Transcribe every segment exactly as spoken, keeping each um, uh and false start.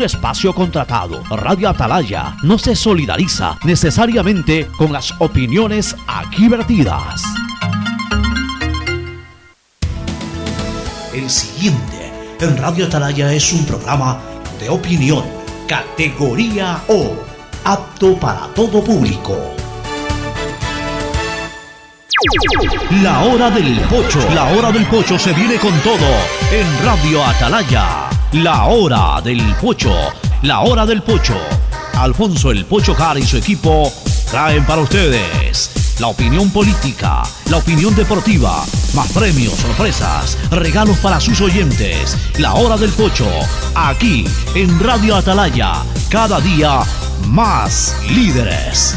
un espacio contratado. Radio Atalaya no se solidariza necesariamente con las opiniones aquí vertidas. El siguiente en Radio Atalaya es un programa de opinión, categoría O, apto para todo público. La hora del pocho. La hora del pocho se viene con todo en Radio Atalaya. La hora del pocho. La hora del pocho. Alfonso el Pocho Cara y su equipo traen para ustedes la opinión política, la opinión deportiva, más premios, sorpresas, regalos para sus oyentes. La hora del pocho, aquí en Radio Atalaya, cada día más líderes.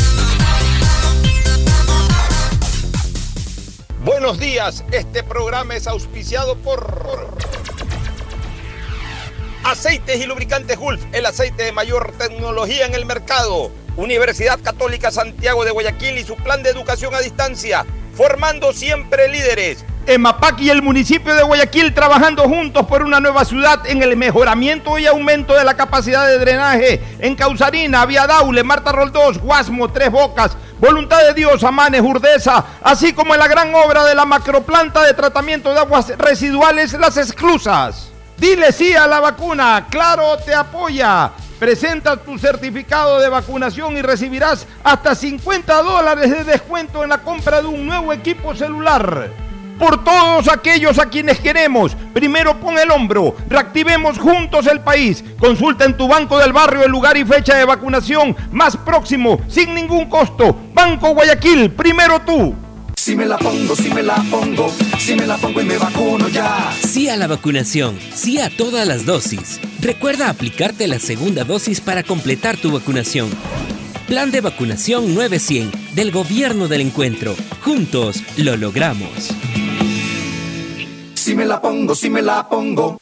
Buenos días, este programa es auspiciado por Aceites y Lubricantes Gulf, el aceite de mayor tecnología en el mercado. Universidad Católica Santiago de Guayaquil y su plan de educación a distancia, formando siempre líderes. EMAPAC y el municipio de Guayaquil trabajando juntos por una nueva ciudad en el mejoramiento y aumento de la capacidad de drenaje en Causarina, Vía Daule, Marta Roldós, Guasmo, Tres Bocas, Voluntad de Dios, Amanes, Urdesa, así como en la gran obra de la macroplanta de tratamiento de aguas residuales Las Esclusas. Dile sí a la vacuna, Claro te apoya. Presenta tu certificado de vacunación y recibirás hasta cincuenta dólares de descuento en la compra de un nuevo equipo celular. Por todos aquellos a quienes queremos, primero pon el hombro, reactivemos juntos el país. Consulta en tu banco del barrio el lugar y fecha de vacunación más próximo, sin ningún costo. Banco Guayaquil, primero tú. Si me la pongo, si me la pongo, si me la pongo y me vacuno ya. Sí a la vacunación, sí a todas las dosis. Recuerda aplicarte la segunda dosis para completar tu vacunación. Plan de vacunación nueve cien del Gobierno del Encuentro. Juntos lo logramos. Si me la pongo, si me la pongo.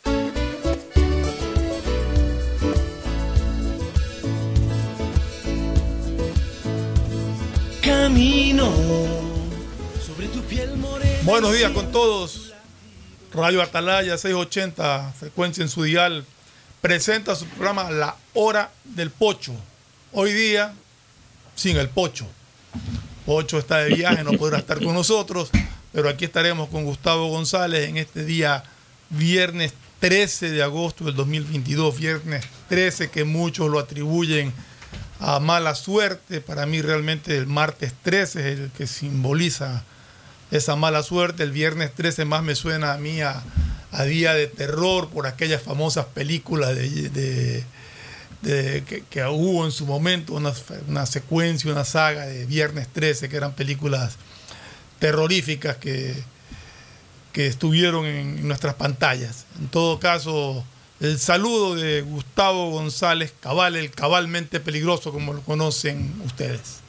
Camino sobre tu piel morena. Buenos días con todos. Radio Atalaya seiscientos ochenta, frecuencia en su dial, presenta su programa La Hora del Pocho. Hoy día, sin el Pocho. Pocho está de viaje, no podrá estar con nosotros, pero aquí estaremos con Gustavo González en este día, viernes trece de agosto del dos mil veintidós. Viernes trece que muchos lo atribuyen a mala suerte. Para mí realmente el martes trece es el que simboliza esa mala suerte. El viernes trece más me suena a mí a, a día de terror por aquellas famosas películas de, de, de, que, que hubo en su momento, una, una secuencia, una saga de Viernes trece, que eran películas terroríficas que, que estuvieron en nuestras pantallas. En todo caso, el saludo de Gustavo González Cabal, el cabalmente peligroso, como lo conocen ustedes.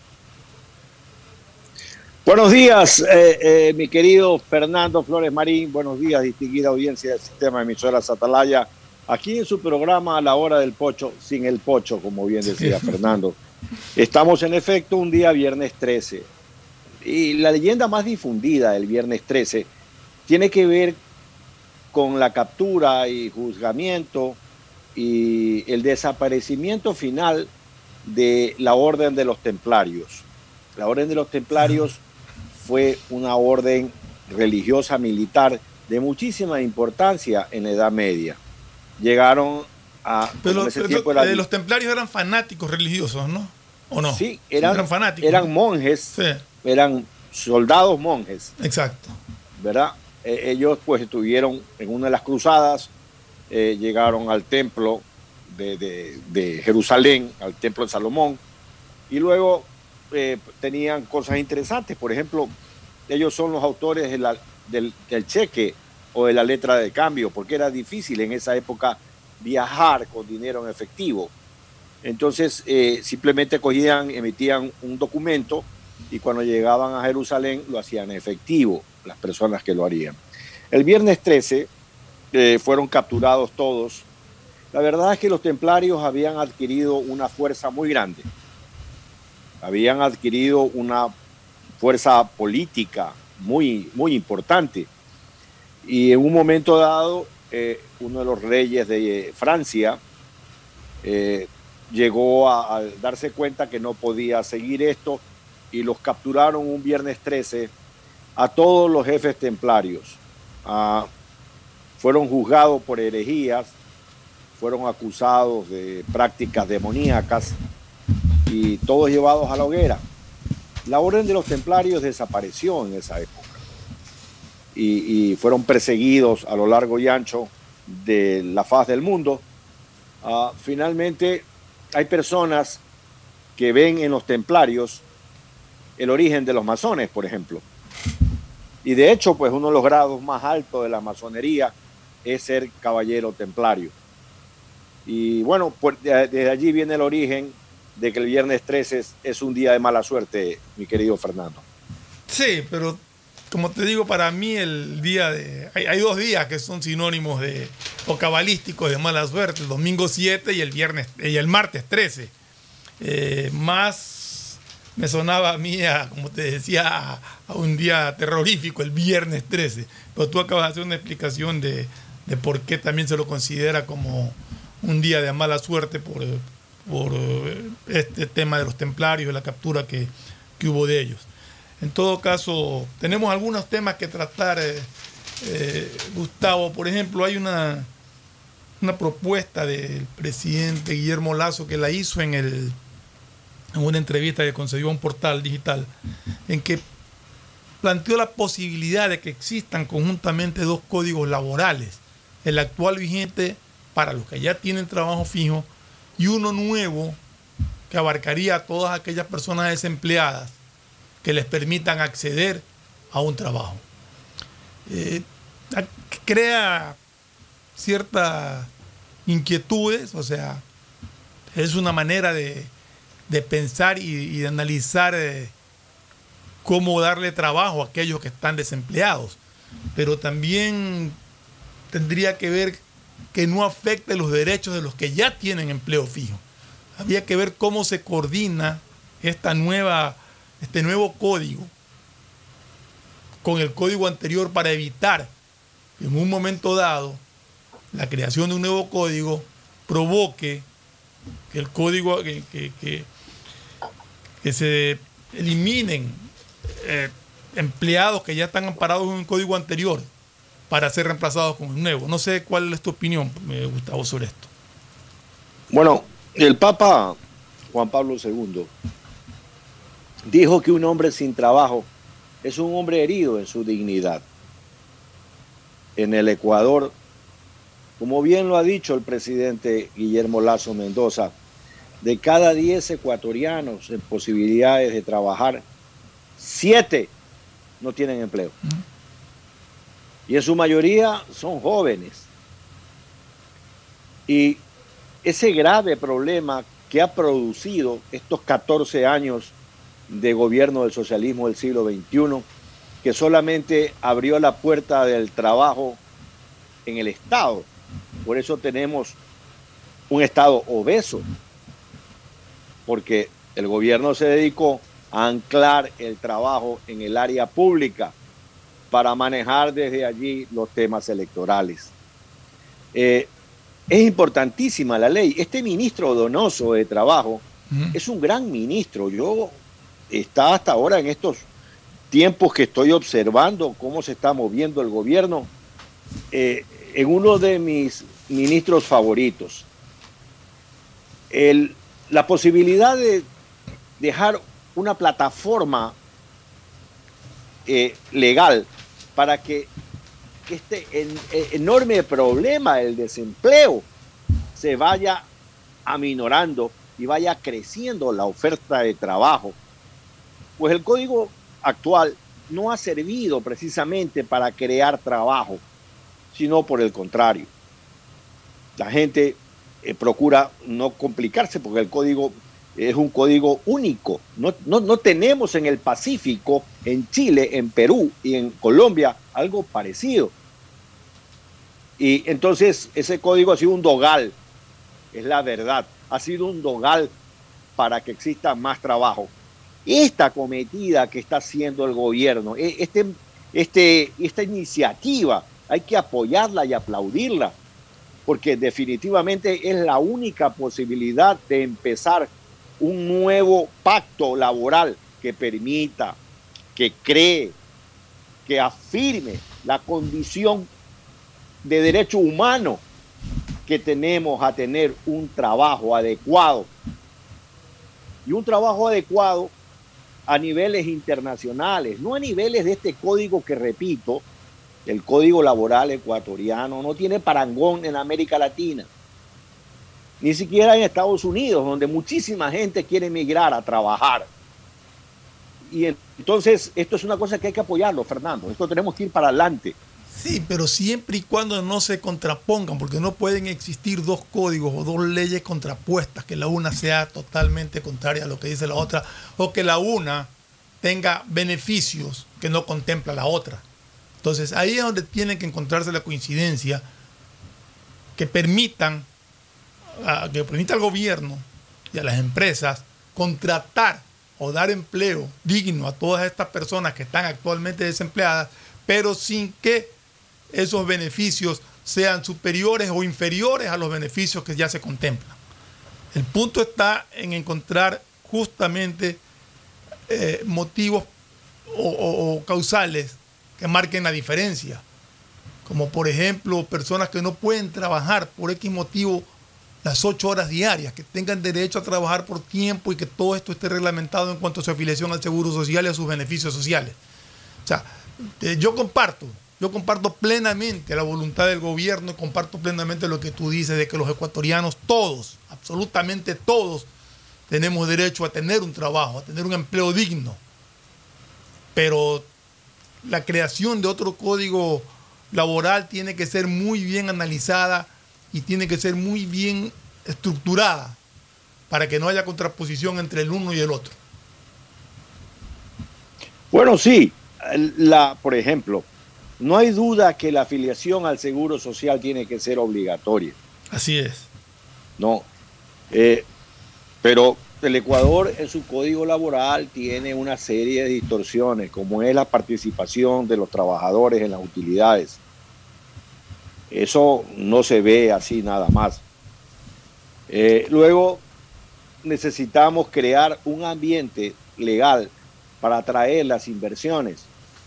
Buenos días, eh, eh, mi querido Fernando Flores Marín. Buenos días, distinguida audiencia del sistema de emisoras Atalaya. Aquí en su programa A la Hora del Pocho, sin el Pocho, como bien decía sí. Fernando. Estamos en efecto un día viernes trece. Y la leyenda más difundida del viernes trece tiene que ver con la captura y juzgamiento y el desaparecimiento final de la Orden de los Templarios. La Orden de los Templarios fue una orden religiosa militar de muchísima importancia en la Edad Media. Llegaron a... Pero, ese pero tiempo era, los templarios eran fanáticos religiosos, ¿no? ¿O no? Sí, eran, eran fanáticos. Eran monjes, sí. Eran soldados monjes. Exacto. ¿Verdad? Eh, ellos pues estuvieron en una de las cruzadas, eh, llegaron al templo de, de, de Jerusalén, al templo de Salomón, y luego eh, tenían cosas interesantes. Por ejemplo, ellos son los autores de la, del, del cheque o de la letra de cambio, porque era difícil en esa época viajar con dinero en efectivo. Entonces eh, simplemente cogían, emitían un documento y cuando llegaban a Jerusalén lo hacían efectivo, las personas que lo harían. El viernes trece eh, fueron capturados todos. La verdad es que los templarios habían adquirido una fuerza muy grande. Habían adquirido una fuerza política muy, muy importante. Y en un momento dado, eh, uno de los reyes de Francia eh, llegó a, a darse cuenta que no podía seguir esto y los capturaron un viernes trece a todos los jefes templarios. Ah, fueron juzgados por herejías, fueron acusados de prácticas demoníacas y todos llevados a la hoguera. La orden de los templarios desapareció en esa época y, y fueron perseguidos a lo largo y ancho de la faz del mundo. Uh, finalmente hay personas que ven en los templarios el origen de los masones, por ejemplo. Y de hecho, pues uno de los grados más altos de la masonería es ser caballero templario. Y bueno, pues desde allí viene el origen de que el viernes trece es, es un día de mala suerte, mi querido Fernando. Sí, pero como te digo, para mí el día de... Hay, hay dos días que son sinónimos de o cabalísticos de mala suerte, el domingo siete y el viernes y el martes trece. Eh, más me sonaba a mí, a, como te decía, a, a un día terrorífico, el viernes trece. Pero tú acabas de hacer una explicación de, de por qué también se lo considera como un día de mala suerte por, por este tema de los templarios y la captura que, que hubo de ellos. En todo caso, tenemos algunos temas que tratar, eh, eh, Gustavo. Por ejemplo, hay una, una propuesta del presidente Guillermo Lasso que la hizo en, el, en una entrevista que concedió a un portal digital, en que planteó la posibilidad de que existan conjuntamente dos códigos laborales, el actual vigente para los que ya tienen trabajo fijo y uno nuevo que abarcaría a todas aquellas personas desempleadas que les permitan acceder a un trabajo. Eh, crea ciertas inquietudes, o sea, es una manera de, de pensar y, y de analizar eh, cómo darle trabajo a aquellos que están desempleados, pero también tendría que ver que no afecte los derechos de los que ya tienen empleo fijo. Habría que ver cómo se coordina esta nueva este nuevo código con el código anterior para evitar que en un momento dado la creación de un nuevo código provoque que el código que, que, que, que se eliminen eh, empleados que ya están amparados en un código anterior para ser reemplazados con un nuevo. No sé cuál es tu opinión, Gustavo, sobre esto. Bueno, el Papa Juan Pablo segundo dijo que un hombre sin trabajo es un hombre herido en su dignidad. En el Ecuador, como bien lo ha dicho el presidente Guillermo Lasso Mendoza, de cada diez ecuatorianos en posibilidades de trabajar, siete no tienen empleo. Y en su mayoría son jóvenes. Y ese grave problema que ha producido estos catorce años de gobierno del socialismo del siglo veintiuno, que solamente abrió la puerta del trabajo en el Estado. Por eso tenemos un Estado obeso, porque el gobierno se dedicó a anclar el trabajo en el área pública para manejar desde allí los temas electorales. Eh, es importantísima la ley. Este ministro Donoso de Trabajo uh-huh. es un gran ministro. Yo está hasta ahora en estos tiempos que estoy observando cómo se está moviendo el gobierno, eh, en uno de mis ministros favoritos. El, la posibilidad de dejar una plataforma eh, legal para que este en, en, enorme problema del desempleo se vaya aminorando y vaya creciendo la oferta de trabajo. Pues el código actual no ha servido precisamente para crear trabajo, sino por el contrario. La gente eh, procura no complicarse porque el código es un código único. No, no, no tenemos en el Pacífico, en Chile, en Perú y en Colombia algo parecido. Y entonces ese código ha sido un dogal, es la verdad, ha sido un dogal para que exista más trabajo. Esta cometida que está haciendo el gobierno, este, este, esta iniciativa, hay que apoyarla y aplaudirla, porque definitivamente es la única posibilidad de empezar un nuevo pacto laboral que permita, que cree, que afirme la condición de derecho humano que tenemos a tener un trabajo adecuado. Y un trabajo adecuado a niveles internacionales, no a niveles de este código que, repito, el código laboral ecuatoriano no tiene parangón en América Latina, ni siquiera en Estados Unidos, donde muchísima gente quiere emigrar a trabajar. Y entonces esto es una cosa que hay que apoyarlo, Fernando. Esto tenemos que ir para adelante. Sí, pero siempre y cuando no se contrapongan, porque no pueden existir dos códigos o dos leyes contrapuestas, que la una sea totalmente contraria a lo que dice la otra, o que la una tenga beneficios que no contempla la otra. Entonces ahí es donde tiene que encontrarse la coincidencia que permitan, uh, que permita al gobierno y a las empresas contratar o dar empleo digno a todas estas personas que están actualmente desempleadas, pero sin que esos beneficios sean superiores o inferiores a los beneficios que ya se contemplan. El punto está en encontrar justamente eh, motivos o, o, o causales que marquen la diferencia, como por ejemplo personas que no pueden trabajar por X motivo las ocho horas diarias, que tengan derecho a trabajar por tiempo y que todo esto esté reglamentado en cuanto a su afiliación al Seguro Social y a sus beneficios sociales. O sea, eh, yo comparto, yo comparto plenamente la voluntad del gobierno y comparto plenamente lo que tú dices de que los ecuatorianos, todos, absolutamente todos, tenemos derecho a tener un trabajo, a tener un empleo digno. Pero la creación de otro código laboral tiene que ser muy bien analizada y tiene que ser muy bien estructurada para que no haya contraposición entre el uno y el otro. Bueno, sí, la, por ejemplo, no hay duda que la afiliación al Seguro Social tiene que ser obligatoria. Así es. No, eh, pero el Ecuador en su código laboral tiene una serie de distorsiones, como es la participación de los trabajadores en las utilidades. Eso no se ve así nada más. Eh, luego necesitamos crear un ambiente legal para atraer las inversiones.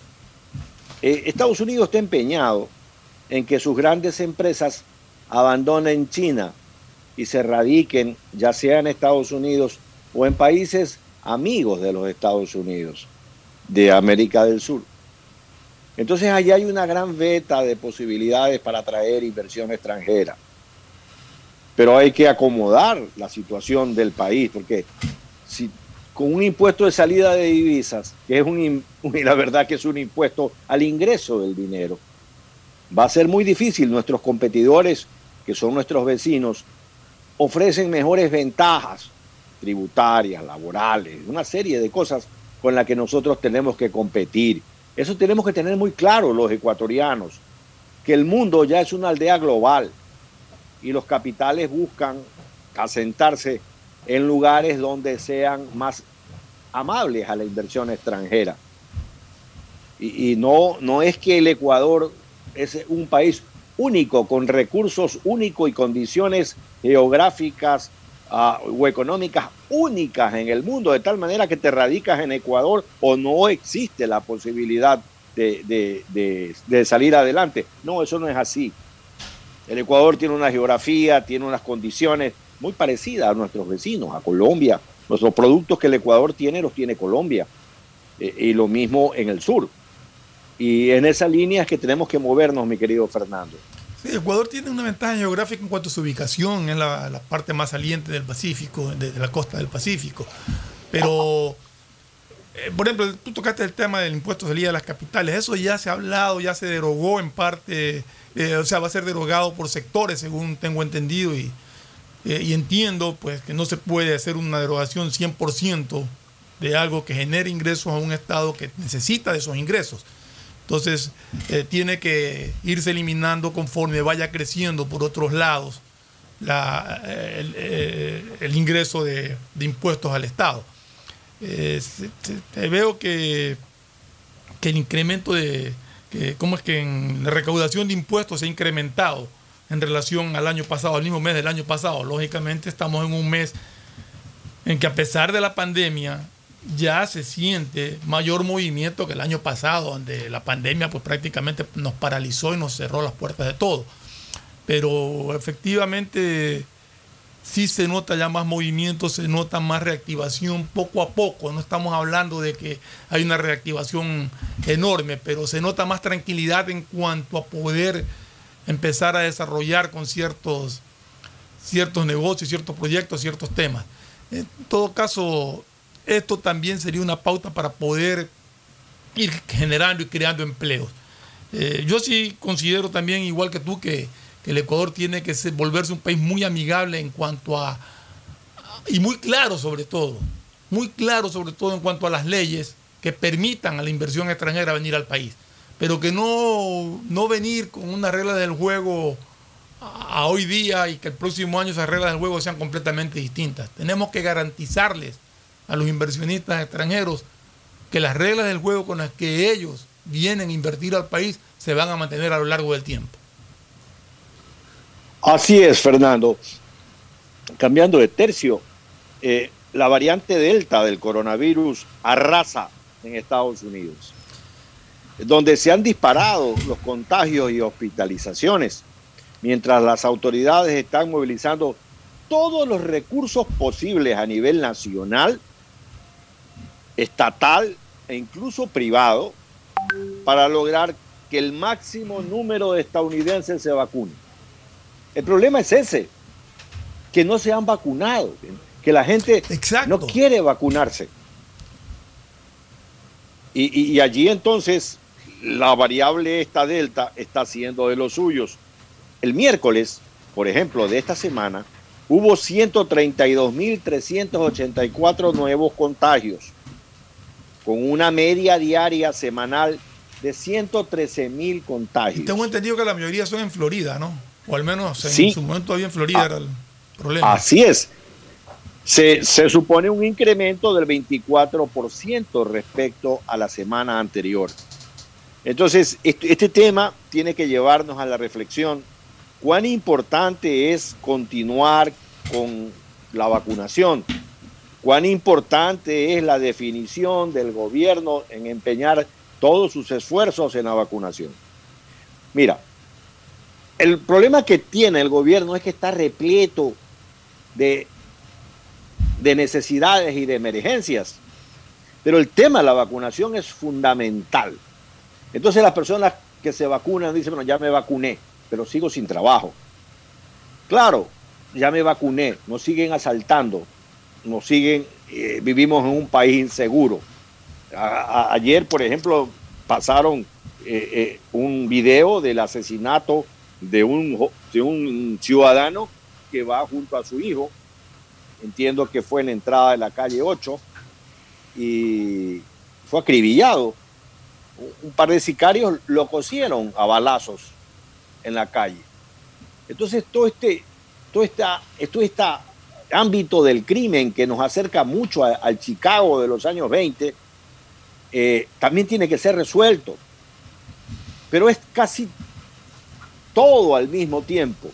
Eh, Estados Unidos está empeñado en que sus grandes empresas abandonen China y se radiquen ya sea en Estados Unidos o en países amigos de los Estados Unidos, de América del Sur. Entonces allí hay una gran veta de posibilidades para atraer inversión extranjera. Pero hay que acomodar la situación del país, porque si con un impuesto de salida de divisas, que es un, la verdad que es un impuesto al ingreso del dinero, va a ser muy difícil. Nuestros competidores, que son nuestros vecinos, ofrecen mejores ventajas tributarias, laborales, una serie de cosas con las que nosotros tenemos que competir. Eso tenemos que tener muy claro los ecuatorianos, que el mundo ya es una aldea global y los capitales buscan asentarse en lugares donde sean más amables a la inversión extranjera. Y, y no, no es que el Ecuador es un país único, con recursos únicos y condiciones geográficas uh, o económicas únicas en el mundo, de tal manera que te radicas en Ecuador o no existe la posibilidad de, de, de, de salir adelante. No, eso no es así. El Ecuador tiene una geografía, tiene unas condiciones muy parecidas a nuestros vecinos, a Colombia. Los productos que el Ecuador tiene los tiene Colombia, eh, y lo mismo en el sur. Y en esa línea es que tenemos que movernos, mi querido Fernando. Sí, Ecuador tiene una ventaja geográfica en cuanto a su ubicación, en la, la parte más saliente del Pacífico, de, de la costa del Pacífico. Pero, eh, por ejemplo, tú tocaste el tema del impuesto de salida de las capitales. Eso ya se ha hablado, ya se derogó en parte, eh, o sea, va a ser derogado por sectores, según tengo entendido, y, eh, y entiendo pues que no se puede hacer una derogación cien por ciento de algo que genere ingresos a un Estado que necesita de esos ingresos. Entonces, eh, tiene que irse eliminando conforme vaya creciendo por otros lados la, el, el, el ingreso de, de impuestos al Estado. Eh, se, se, veo que, que el incremento de... Que, ¿cómo es que en la recaudación de impuestos se ha incrementado en relación al año pasado, al mismo mes del año pasado. Lógicamente estamos en un mes en que, a pesar de la pandemia, ya se siente mayor movimiento que el año pasado, donde la pandemia pues prácticamente nos paralizó y nos cerró las puertas de todo. Pero efectivamente sí se nota ya más movimiento, se nota más reactivación poco a poco. No estamos hablando de que hay una reactivación enorme, pero se nota más tranquilidad en cuanto a poder empezar a desarrollar con ciertos, ciertos negocios, ciertos proyectos, ciertos temas. En todo caso, esto también sería una pauta para poder ir generando y creando empleos. Eh, yo sí considero también, igual que tú, que, que el Ecuador tiene que ser, volverse un país muy amigable en cuanto a, y muy claro sobre todo, muy claro sobre todo en cuanto a las leyes que permitan a la inversión extranjera venir al país, pero que no, no venir con una regla del juego a, a hoy día y que el próximo año esas reglas del juego sean completamente distintas. Tenemos que garantizarles a los inversionistas extranjeros que las reglas del juego con las que ellos vienen a invertir al país se van a mantener a lo largo del tiempo. Así es, Fernando. Cambiando de tercio, eh, la variante Delta del coronavirus arrasa en Estados Unidos, donde se han disparado los contagios y hospitalizaciones, mientras las autoridades están movilizando todos los recursos posibles a nivel nacional, estatal e incluso privado para lograr que el máximo número de estadounidenses se vacune. El problema es ese, que no se han vacunado, que la gente Exacto. no quiere vacunarse. Y, y, y allí entonces la variable esta Delta está haciendo de los suyos. El miércoles, por ejemplo, de esta semana, hubo ciento treinta y dos mil trescientos ochenta y cuatro nuevos contagios, con una media diaria semanal de ciento trece mil contagios. Y tengo entendido que la mayoría son en Florida, ¿no? O al menos en sí. su momento todavía en Florida ah, era el problema. Así es. Se, se supone un incremento del veinticuatro por ciento respecto a la semana anterior. Entonces, este, este tema tiene que llevarnos a la reflexión. Cuán importante es continuar con la vacunación. Cuán importante es la definición del gobierno en empeñar todos sus esfuerzos en la vacunación. Mira, el problema que tiene el gobierno es que está repleto de, de necesidades y de emergencias. Pero el tema de la vacunación es fundamental. Entonces las personas que se vacunan dicen, bueno, ya me vacuné, pero sigo sin trabajo. Claro, ya me vacuné, nos siguen asaltando, nos siguen, eh, vivimos en un país inseguro. A, a, ayer, por ejemplo, pasaron eh, eh, un video del asesinato de un, de un ciudadano que va junto a su hijo. Entiendo que fue en la entrada de la calle ocho y fue acribillado. Un par de sicarios lo cosieron a balazos en la calle. Entonces todo este, todo esta, todo este ámbito del crimen que nos acerca mucho a, al Chicago de los años veinte, eh, también tiene que ser resuelto. Pero es casi todo al mismo tiempo.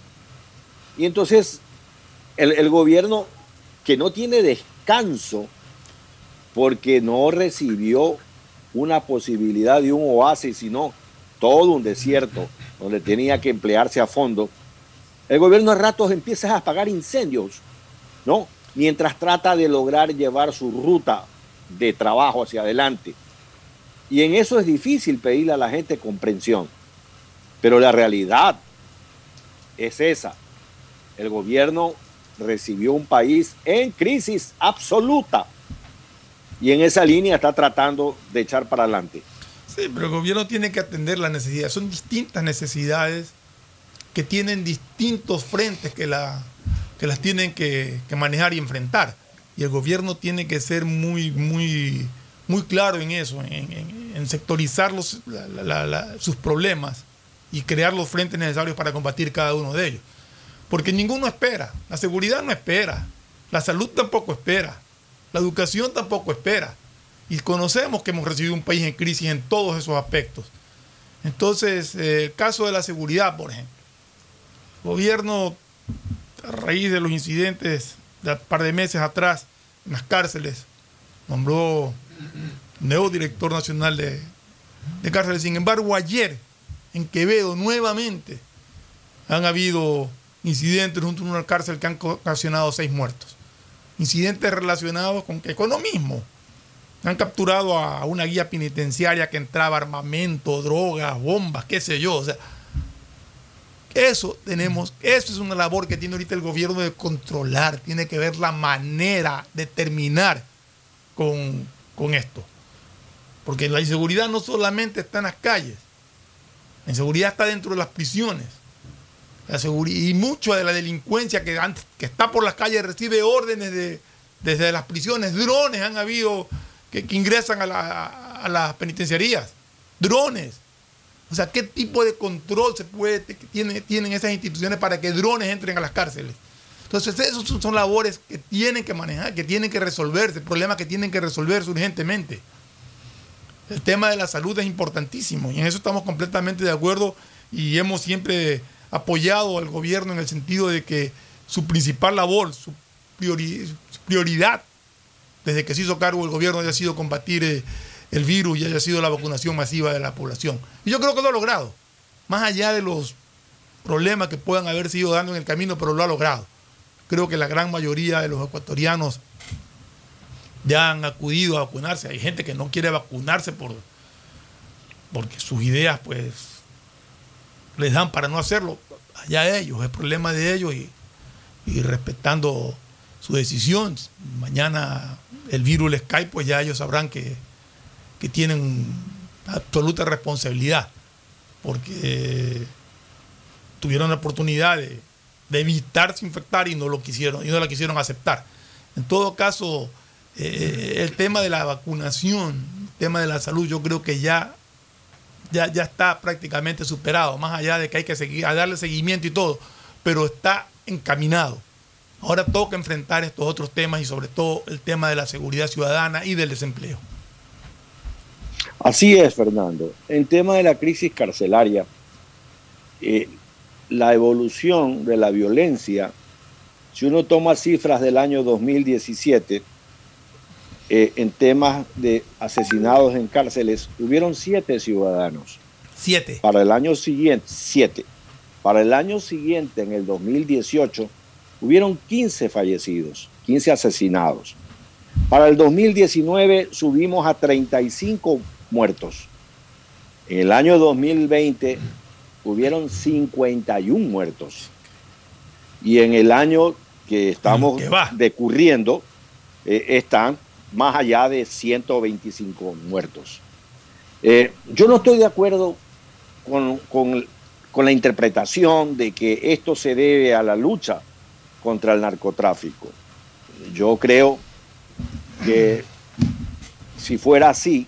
Y entonces el, el gobierno, que no tiene descanso porque no recibió una posibilidad de un oasis, sino todo un desierto donde tenía que emplearse a fondo, el gobierno a ratos empieza a apagar incendios, ¿no? Mientras trata de lograr llevar su ruta de trabajo hacia adelante. Y en eso es difícil pedirle a la gente comprensión. Pero la realidad es esa. El gobierno recibió un país en crisis absoluta. Y en esa línea está tratando de echar para adelante. Sí, pero el gobierno tiene que atender las necesidades. Son distintas necesidades que tienen distintos frentes que, la, que las tienen que, que manejar y enfrentar. Y el gobierno tiene que ser muy, muy, muy claro en eso, en, en, en sectorizar los, la, la, la, sus problemas y crear los frentes necesarios para combatir cada uno de ellos. Porque ninguno espera. La seguridad no espera. La salud tampoco espera. La educación tampoco espera. Y conocemos que hemos recibido un país en crisis en todos esos aspectos. Entonces, eh, el caso de la seguridad, por ejemplo. gobierno, a raíz de los incidentes de un par de meses atrás en las cárceles, nombró nuevo director nacional de, de cárceles. Sin embargo, ayer en Quevedo nuevamente han habido incidentes junto a una cárcel que han ocasionado seis muertos. Incidentes relacionados con economismo. Han capturado a una guía penitenciaria que entraba armamento, drogas, bombas, qué sé yo. O sea, eso tenemos, eso es una labor que tiene ahorita el gobierno de controlar. Tiene que ver la manera de terminar con, con esto. Porque la inseguridad no solamente está en las calles. La inseguridad está dentro de las prisiones. La seguridad, y mucha de la delincuencia que, antes, que está por las calles recibe órdenes de, desde las prisiones. Drones han habido que, que ingresan a, la, a las penitenciarías. Drones. O sea, ¿qué tipo de control se puede tiene, tienen esas instituciones para que drones entren a las cárceles? Entonces, esos son, son labores que tienen que manejar, que tienen que resolverse, problemas que tienen que resolverse urgentemente. El tema de la salud es importantísimo y en eso estamos completamente de acuerdo y hemos siempre apoyado al gobierno en el sentido de que su principal labor, su, priori, su prioridad desde que se hizo cargo el gobierno haya sido combatir eh, el virus y haya sido la vacunación masiva de la población. Y yo creo que lo ha logrado, más allá de los problemas que puedan haberse ido dando en el camino, pero lo ha logrado. Creo que la gran mayoría de los ecuatorianos ya han acudido a vacunarse. Hay gente que no quiere vacunarse por, porque sus ideas pues les dan para no hacerlo. Allá ellos, es problema de ellos y, y respetando su decisión. Mañana el virus les cae, pues ya ellos sabrán que, que tienen absoluta responsabilidad porque tuvieron la oportunidad de, de evitarse infectar y no lo quisieron y no la quisieron aceptar. En todo caso, eh, el tema de la vacunación, el tema de la salud, yo creo que ya Ya, ya está prácticamente superado, más allá de que hay que seguir, a darle seguimiento y todo, pero está encaminado. Ahora toca enfrentar estos otros temas y sobre todo el tema de la seguridad ciudadana y del desempleo. Así es, Fernando. En tema de la crisis carcelaria, eh, la evolución de la violencia, si uno toma cifras del año dos mil diecisiete, Eh, en temas de asesinados en cárceles, hubieron siete ciudadanos. Siete. Para el año siguiente, siete. Para el año siguiente, en el dos mil dieciocho, hubieron quince fallecidos, quince asesinados. Para el dos mil diecinueve subimos a treinta y cinco muertos. En el año dos mil veinte hubieron cincuenta y uno muertos. Y en el año que estamos decurriendo, eh, están más allá de ciento veinticinco muertos. Eh, yo no estoy de acuerdo con, con, con la interpretación de que esto se debe a la lucha contra el narcotráfico. Yo creo que si fuera así,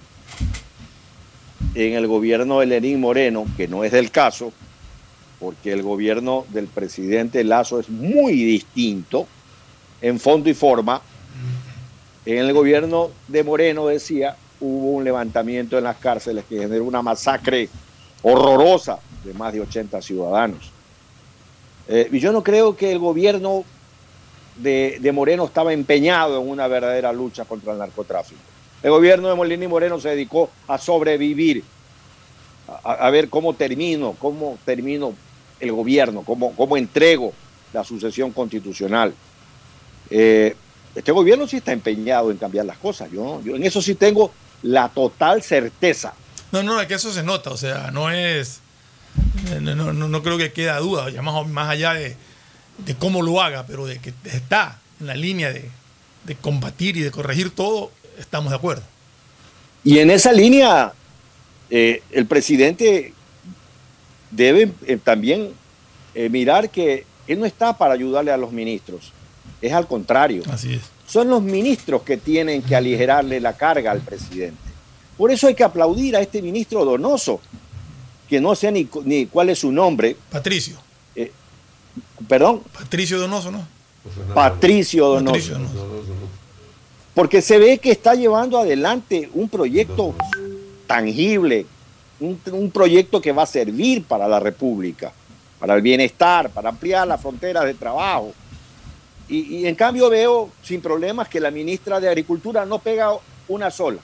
en el gobierno de Lenín Moreno, que no es del caso, porque el gobierno del presidente Lazo es muy distinto en fondo y forma. En el gobierno de Moreno, decía, hubo un levantamiento en las cárceles que generó una masacre horrorosa de más de ochenta ciudadanos. Eh, y yo no creo que el gobierno de, de Moreno estaba empeñado en una verdadera lucha contra el narcotráfico. El gobierno de Lenín Moreno se dedicó a sobrevivir, a, a ver cómo termino, cómo termino el gobierno, cómo, cómo entrego la sucesión constitucional. Eh, Este gobierno sí está empeñado en cambiar las cosas. Yo, yo en eso sí tengo la total certeza. No, no, es que eso se nota. O sea, no es... No, no, no creo que quede duda, ya más, más allá de, de cómo lo haga, pero de que está en la línea de, de combatir y de corregir todo, estamos de acuerdo. Y en esa línea, eh, el presidente debe eh, también eh, mirar que él no está para ayudarle a los ministros. Es al contrario. Así es. Son los ministros que tienen que aligerarle la carga al presidente. Por eso hay que aplaudir a este ministro Donoso, que no sé ni, ni cuál es su nombre. Patricio. Eh, ¿Perdón? Patricio Donoso, ¿no? Patricio Donoso. Patricio Donoso. Porque se ve que está llevando adelante un proyecto tangible, un, un proyecto que va a servir para la República. para el bienestar, para ampliar las fronteras de trabajo. Y, y en cambio veo sin problemas que la ministra de Agricultura no pega una sola.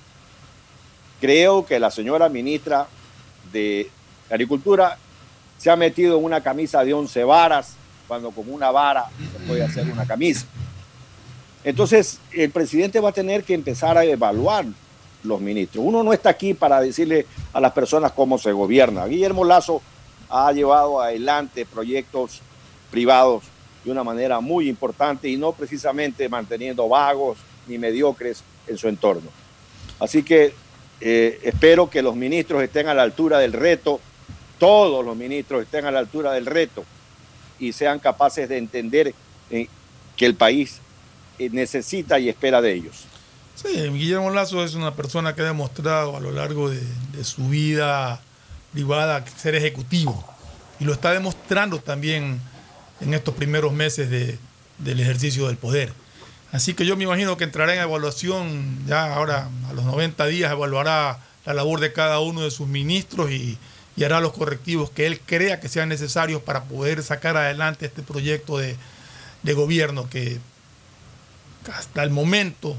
Creo que la señora ministra de Agricultura se ha metido en una camisa de once varas, cuando con una vara se puede hacer una camisa. Entonces, el presidente va a tener que empezar a evaluar los ministros. Uno no está aquí para decirle a las personas cómo se gobierna. Guillermo Lasso ha llevado adelante proyectos privados de una manera muy importante y no precisamente manteniendo vagos ni mediocres en su entorno. Así que eh, espero que los ministros estén a la altura del reto, todos los ministros estén a la altura del reto y sean capaces de entender eh, que el país eh, necesita y espera de ellos. Sí, Guillermo Lasso es una persona que ha demostrado a lo largo de, de su vida privada ser ejecutivo y lo está demostrando también en estos primeros meses de, del ejercicio del poder. Así que yo me imagino que entrará en evaluación, ya ahora a los noventa días evaluará la labor de cada uno de sus ministros y, y hará los correctivos que él crea que sean necesarios para poder sacar adelante este proyecto de, de gobierno que hasta el momento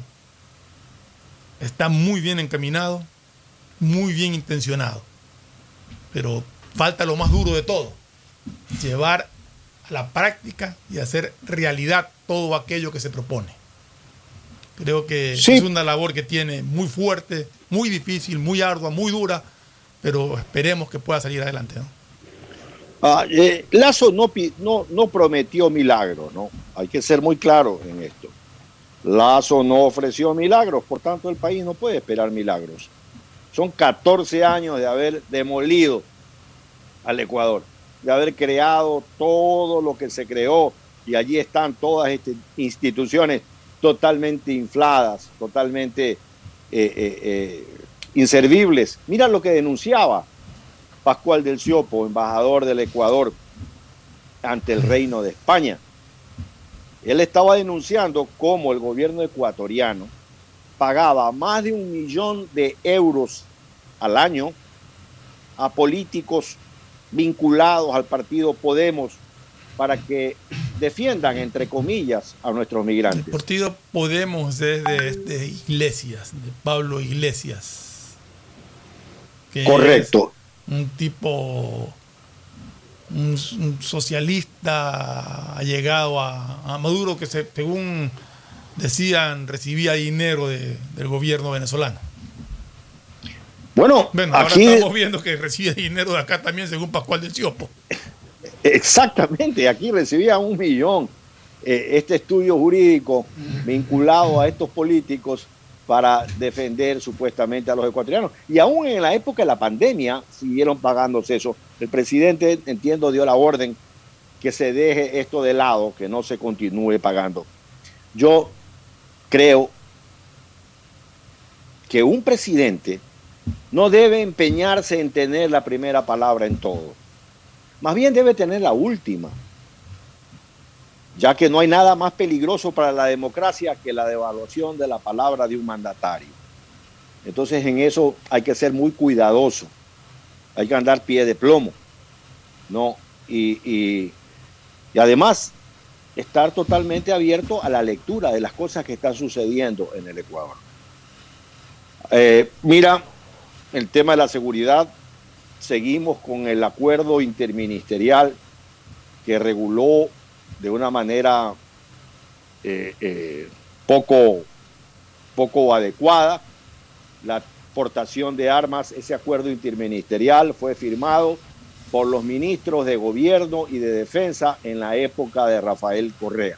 está muy bien encaminado, muy bien intencionado. Pero falta lo más duro de todo, llevar a la práctica y hacer realidad todo aquello que se propone. Creo que sí. Es una labor que tiene muy fuerte, muy difícil, muy ardua, muy dura, pero esperemos que pueda salir adelante, ¿no? Ah, eh, Lasso no, no, no prometió milagros, ¿no? Hay que ser muy claro en esto. Lasso no ofreció milagros, por tanto el país no puede esperar milagros. Son catorce años de haber demolido al Ecuador, de haber creado todo lo que se creó, y allí están todas estas instituciones totalmente infladas, totalmente eh, eh, eh, inservibles. Mira lo que denunciaba Pascual del Ciopo, embajador del Ecuador ante el Reino de España. Él estaba denunciando cómo el gobierno ecuatoriano pagaba más de un millón de euros al año a políticos vinculados al partido Podemos para que defiendan, entre comillas, a nuestros migrantes. El partido Podemos es de, de Iglesias, de Pablo Iglesias. Que correcto. Es un tipo, un, un socialista allegado a, a Maduro que se, según decían recibía dinero de, del gobierno venezolano. Bueno, bueno ahora aquí estamos viendo que recibe dinero de acá también según Pascual del Ciopo. Exactamente, aquí recibía un millón eh, este estudio jurídico vinculado a estos políticos para defender supuestamente a los ecuatorianos. Y aún en la época de la pandemia siguieron pagándose eso. El presidente, entiendo, dio la orden que se deje esto de lado, que no se continúe pagando. Yo creo que un presidente no debe empeñarse en tener la primera palabra en todo. Más bien debe tener la última, ya que no hay nada más peligroso para la democracia que la devaluación de la palabra de un mandatario. Entonces en eso hay que ser muy cuidadoso, hay que andar pie de plomo, ¿no? Y, y, y además estar totalmente abierto a la lectura de las cosas que están sucediendo en el Ecuador. Eh, mira, el tema de la seguridad, seguimos con el acuerdo interministerial que reguló de una manera eh, eh, poco, poco adecuada la exportación de armas. Ese acuerdo interministerial fue firmado por los ministros de Gobierno y de Defensa en la época de Rafael Correa.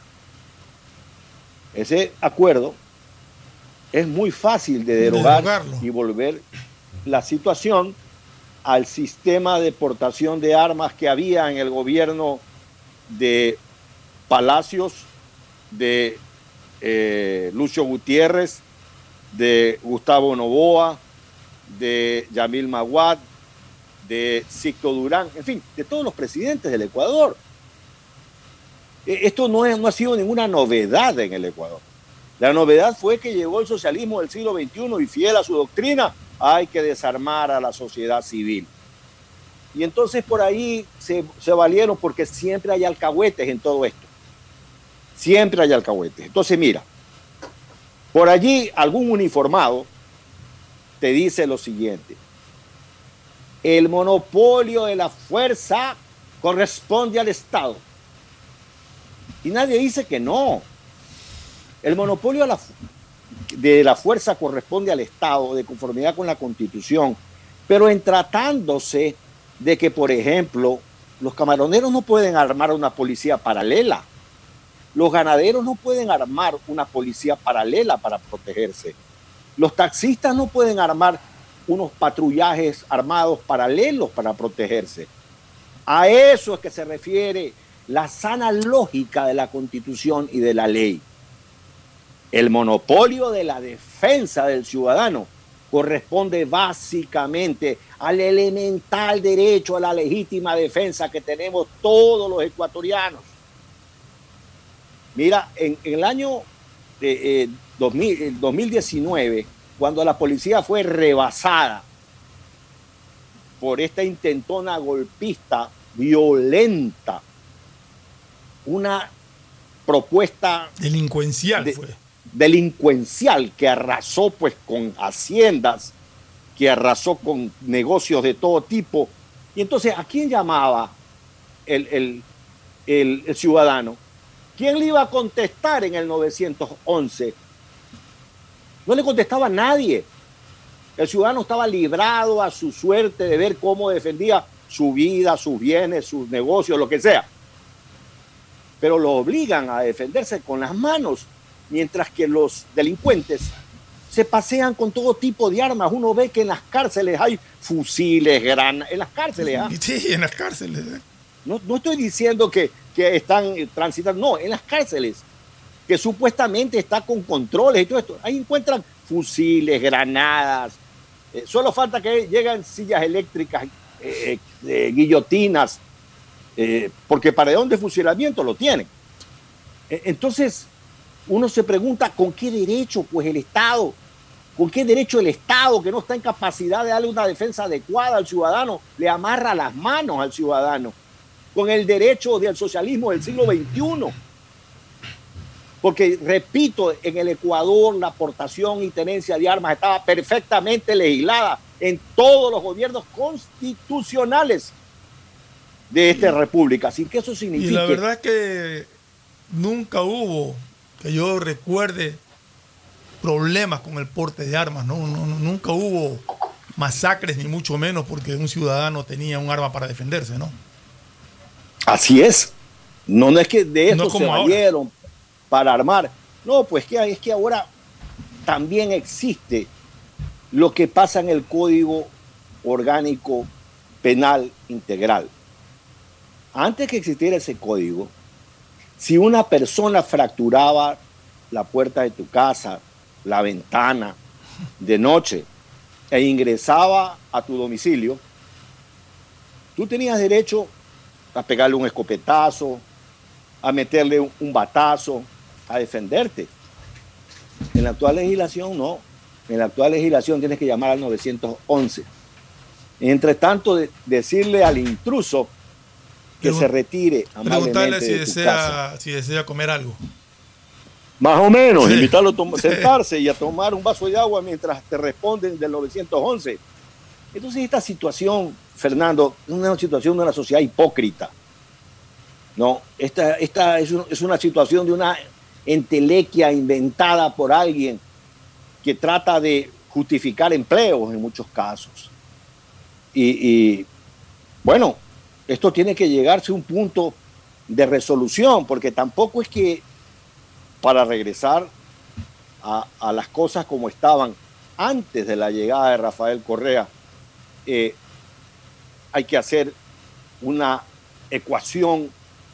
Ese acuerdo es muy fácil de derogar Derogarlo. Y volver la situación al sistema de exportación de armas que había en el gobierno de Palacios, de eh, Lucio Gutiérrez, de Gustavo Noboa, de Yamil Maguad, de Sixto Durán, en fin, de todos los presidentes del Ecuador. Esto no, es, no ha sido ninguna novedad en el Ecuador. La novedad fue que llegó el socialismo del siglo veintiuno y fiel a su doctrina, hay que desarmar a la sociedad civil. Y entonces por ahí se, se valieron porque siempre hay alcahuetes en todo esto. Siempre hay alcahuetes. Entonces mira, por allí algún uniformado te dice lo siguiente: el monopolio de la fuerza corresponde al Estado. Y nadie dice que no. El monopolio de la, de la fuerza corresponde al Estado de conformidad con la Constitución, pero en tratándose de que, por ejemplo, los camaroneros no pueden armar una policía paralela, los ganaderos no pueden armar una policía paralela para protegerse, los taxistas no pueden armar unos patrullajes armados paralelos para protegerse. A eso es que se refiere la sana lógica de la Constitución y de la ley. El monopolio de la defensa del ciudadano corresponde básicamente al elemental derecho a la legítima defensa que tenemos todos los ecuatorianos. Mira, en, en el año eh, eh, dos mil, dos mil diecinueve, cuando la policía fue rebasada por esta intentona golpista violenta, una propuesta delincuencial de, fue. delincuencial que arrasó pues con haciendas, que arrasó con negocios de todo tipo. Y entonces, ¿a quién llamaba el, el, el, el ciudadano? ¿Quién le iba a contestar en el nueve once? No le contestaba a nadie. El ciudadano estaba librado a su suerte de ver cómo defendía su vida, sus bienes, sus negocios, lo que sea. Pero lo obligan a defenderse con las manos, mientras que los delincuentes se pasean con todo tipo de armas. Uno ve que en las cárceles hay fusiles, granadas, en las cárceles. ¿eh? Sí, en las cárceles. ¿eh? No, no estoy diciendo que, que están transitando, no, en las cárceles, que supuestamente está con controles y todo esto. Ahí encuentran fusiles, granadas. Eh, solo falta que lleguen sillas eléctricas, eh, eh, guillotinas, eh, porque paredón de fusilamiento lo tienen. Eh, entonces, uno se pregunta, ¿con qué derecho pues el Estado? ¿Con qué derecho el Estado, que no está en capacidad de darle una defensa adecuada al ciudadano, le amarra las manos al ciudadano? Con el derecho del socialismo del siglo veintiuno. Porque, repito, en el Ecuador la aportación y tenencia de armas estaba perfectamente legislada en todos los gobiernos constitucionales de esta república. Así que eso significa... Y la verdad es que nunca hubo, que yo recuerde, problemas con el porte de armas, ¿no? No, no, nunca hubo masacres, ni mucho menos porque un ciudadano tenía un arma para defenderse, ¿no? Así es. No, no es que de esto no se valieron para armar. No, pues que es que ahora también existe lo que pasa en el Código Orgánico Penal Integral. Antes que existiera ese código, si una persona fracturaba la puerta de tu casa, la ventana, de noche, e ingresaba a tu domicilio, tú tenías derecho a pegarle un escopetazo, a meterle un, un batazo, a defenderte. En la actual legislación no. En la actual legislación tienes que llamar al nueve once. Entre tanto, de, decirle al intruso que Pregun- se retire amablemente preguntarle si de tu desea, casa. si desea comer algo. Más o menos, sí. invitarlo a tom- sentarse y a tomar un vaso de agua mientras te responden del nueve once. Entonces esta situación, Fernando, es una situación de una sociedad hipócrita. No, esta, esta es, un, es una situación de una entelequia inventada por alguien que trata de justificar empleos en muchos casos. Y, y bueno, esto tiene que llegarse a un punto de resolución, porque tampoco es que para regresar a, a las cosas como estaban antes de la llegada de Rafael Correa, eh, hay que hacer una ecuación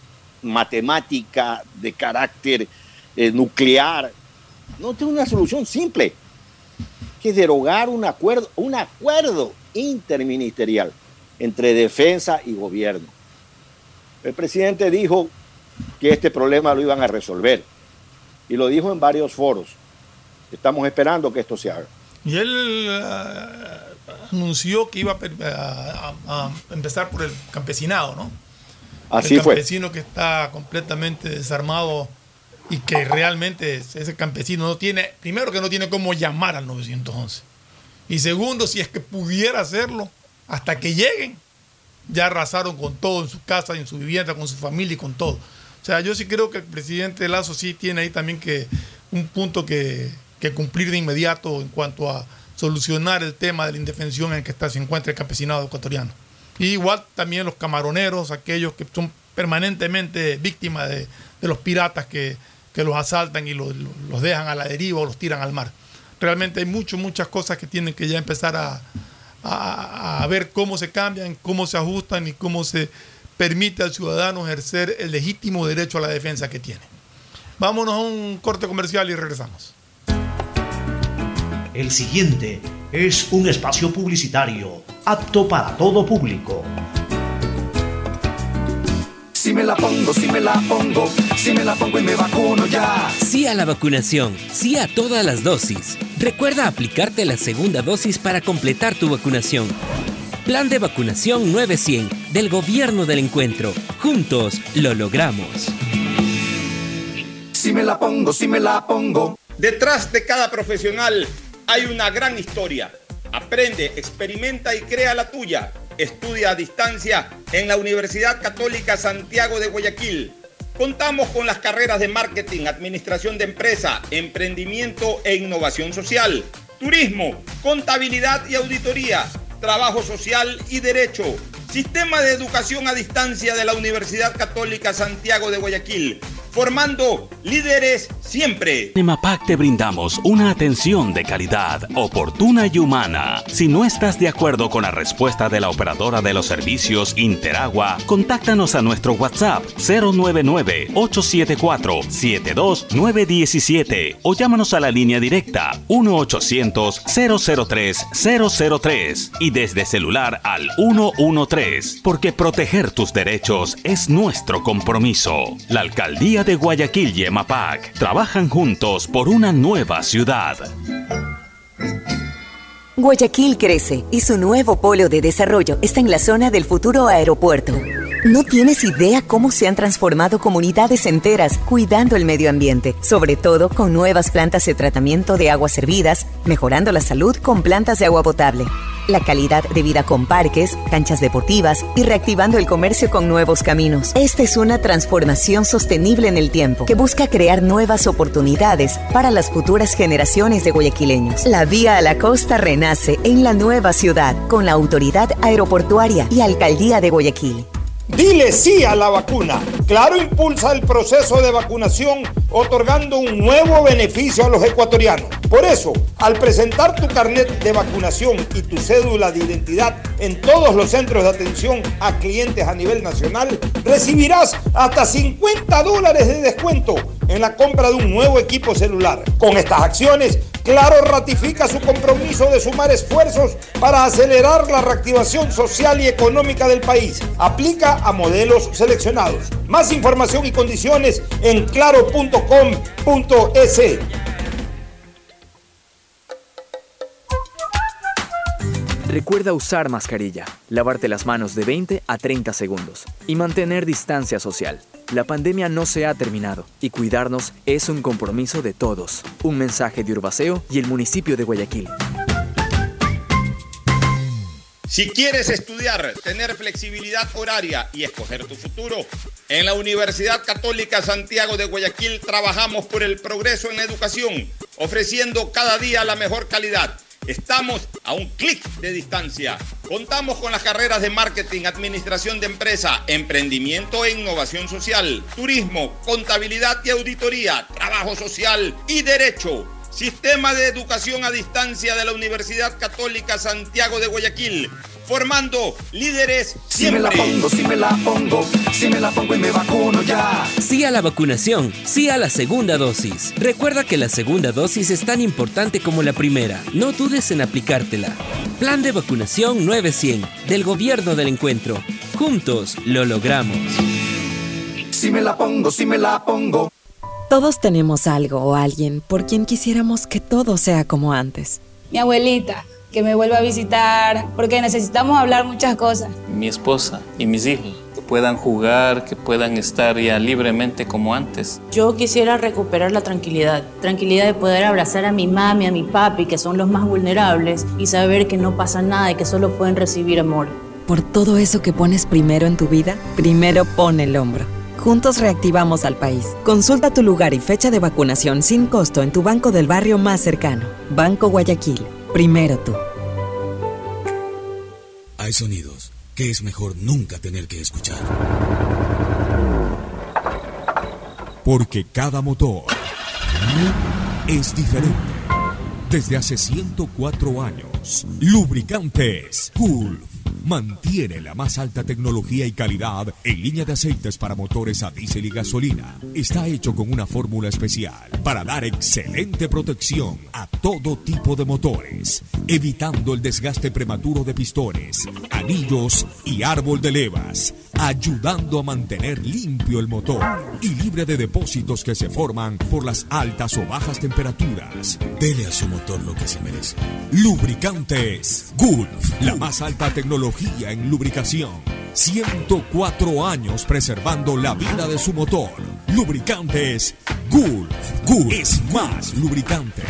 matemática de carácter eh, nuclear. No tiene una solución simple, que es derogar un acuerdo, un acuerdo interministerial entre defensa y gobierno. El presidente dijo que este problema lo iban a resolver y lo dijo en varios foros. Estamos esperando que esto se haga. Y él uh, anunció que iba a, a, a empezar por el campesinado, ¿no? Así el fue. El campesino que está completamente desarmado y que realmente ese campesino no tiene, primero que no tiene cómo llamar al nueve once. Y segundo, si es que pudiera hacerlo, hasta que lleguen, ya arrasaron con todo en su casa, en su vivienda, con su familia y con todo. O sea, yo sí creo que el presidente Lasso sí tiene ahí también que un punto que, que cumplir de inmediato en cuanto a solucionar el tema de la indefensión en el que está, se encuentra el campesinado ecuatoriano. Y igual también los camaroneros, aquellos que son permanentemente víctimas de, de los piratas que, que los asaltan y los, los dejan a la deriva o los tiran al mar. Realmente hay mucho, muchas cosas que tienen que ya empezar a, a, a ver cómo se cambian, cómo se ajustan y cómo se permite al ciudadano ejercer el legítimo derecho a la defensa que tiene. Vámonos a un corte comercial y regresamos. El siguiente es un espacio publicitario apto para todo público. Si me la pongo, si me la pongo, si me la pongo y me vacuno ya. Sí a la vacunación, sí a todas las dosis. Recuerda aplicarte la segunda dosis para completar tu vacunación. Plan de vacunación nueve cien del Gobierno del Encuentro. Juntos lo logramos. Si me la pongo, si me la pongo. Detrás de cada profesional hay una gran historia. Aprende, experimenta y crea la tuya. Estudia a distancia en la Universidad Católica Santiago de Guayaquil. Contamos con las carreras de marketing, administración de empresa, emprendimiento e innovación social, turismo, contabilidad y auditoría, trabajo social y derecho. Sistema de educación a distancia de la Universidad Católica Santiago de Guayaquil. Formando líderes siempre. En EMAPAC te brindamos una atención de calidad, oportuna y humana. Si no estás de acuerdo con la respuesta de la operadora de los servicios Interagua, contáctanos a nuestro WhatsApp cero nueve nueve, ocho siete cuatro, siete dos nueve uno siete o llámanos a la línea directa uno ochocientos, cero cero tres, cero cero tres y desde celular al uno uno tres, porque proteger tus derechos es nuestro compromiso. La Alcaldía de Guayaquil y EMAPAC trabajan juntos por una nueva ciudad. Guayaquil crece y su nuevo polo de desarrollo está en la zona del futuro aeropuerto. No tienes idea cómo se han transformado comunidades enteras cuidando el medio ambiente, sobre todo con nuevas plantas de tratamiento de aguas servidas, mejorando la salud con plantas de agua potable, la calidad de vida con parques, canchas deportivas y reactivando el comercio con nuevos caminos. Esta es una transformación sostenible en el tiempo que busca crear nuevas oportunidades para las futuras generaciones de guayaquileños. La vía a la costa renace en la nueva ciudad con la Autoridad Aeroportuaria y Alcaldía de Guayaquil. Dile sí a la vacuna. Claro impulsa el proceso de vacunación otorgando un nuevo beneficio a los ecuatorianos. Por eso, al presentar tu carnet de vacunación y tu cédula de identidad en todos los centros de atención a clientes a nivel nacional, recibirás hasta cincuenta dólares de descuento en la compra de un nuevo equipo celular. Con estas acciones, Claro ratifica su compromiso de sumar esfuerzos para acelerar la reactivación social y económica del país. Aplica a modelos seleccionados. Más información y condiciones en claro punto com punto es. Recuerda usar mascarilla, lavarte las manos de veinte a treinta segundos y mantener distancia social. La pandemia no se ha terminado y cuidarnos es un compromiso de todos. Un mensaje de Urbaceo y el municipio de Guayaquil. Si quieres estudiar, tener flexibilidad horaria y escoger tu futuro, en la Universidad Católica Santiago de Guayaquil trabajamos por el progreso en la educación, ofreciendo cada día la mejor calidad. Estamos a un clic de distancia. Contamos con las carreras de marketing, administración de empresa, emprendimiento e innovación social, turismo, contabilidad y auditoría, trabajo social y derecho. Sistema de educación a distancia de la Universidad Católica Santiago de Guayaquil. Formando líderes siempre. Si me la pongo, si me la pongo, si me la pongo y me vacuno ya. Sí a la vacunación, sí a la segunda dosis. Recuerda que la segunda dosis es tan importante como la primera. No dudes en aplicártela. Plan de vacunación nueve cien del Gobierno del Encuentro. Juntos lo logramos. Si me la pongo, si me la pongo. Todos tenemos algo o alguien por quien quisiéramos que todo sea como antes. Mi abuelita. que me vuelva a visitar, porque necesitamos hablar muchas cosas. Mi esposa y mis hijos, que puedan jugar, que puedan estar ya libremente como antes. Yo quisiera recuperar la tranquilidad, tranquilidad de poder abrazar a mi mami, a mi papi, que son los más vulnerables, y saber que no pasa nada y que solo pueden recibir amor. Por todo eso que pones primero en tu vida, primero pon el hombro. Juntos reactivamos al país. Consulta tu lugar y fecha de vacunación sin costo en tu banco del barrio más cercano. Banco Guayaquil. Primero tú. Hay sonidos que es mejor nunca tener que escuchar. Porque cada motor es diferente. Desde hace ciento cuatro años, Lubricantes Gulf mantiene la más alta tecnología y calidad en línea de aceites para motores a diésel y gasolina. Está hecho con una fórmula especial para dar excelente protección a todo tipo de motores, evitando el desgaste prematuro de pistones, anillos y árbol de levas, ayudando a mantener limpio el motor y libre de depósitos que se forman por las altas o bajas temperaturas. Dele a su motor lo que se merece. Lubricantes Gulf, la más alta tecnología en lubricación. ciento cuatro años preservando la vida de su motor. Lubricantes Gulf. Gulf es más lubricante.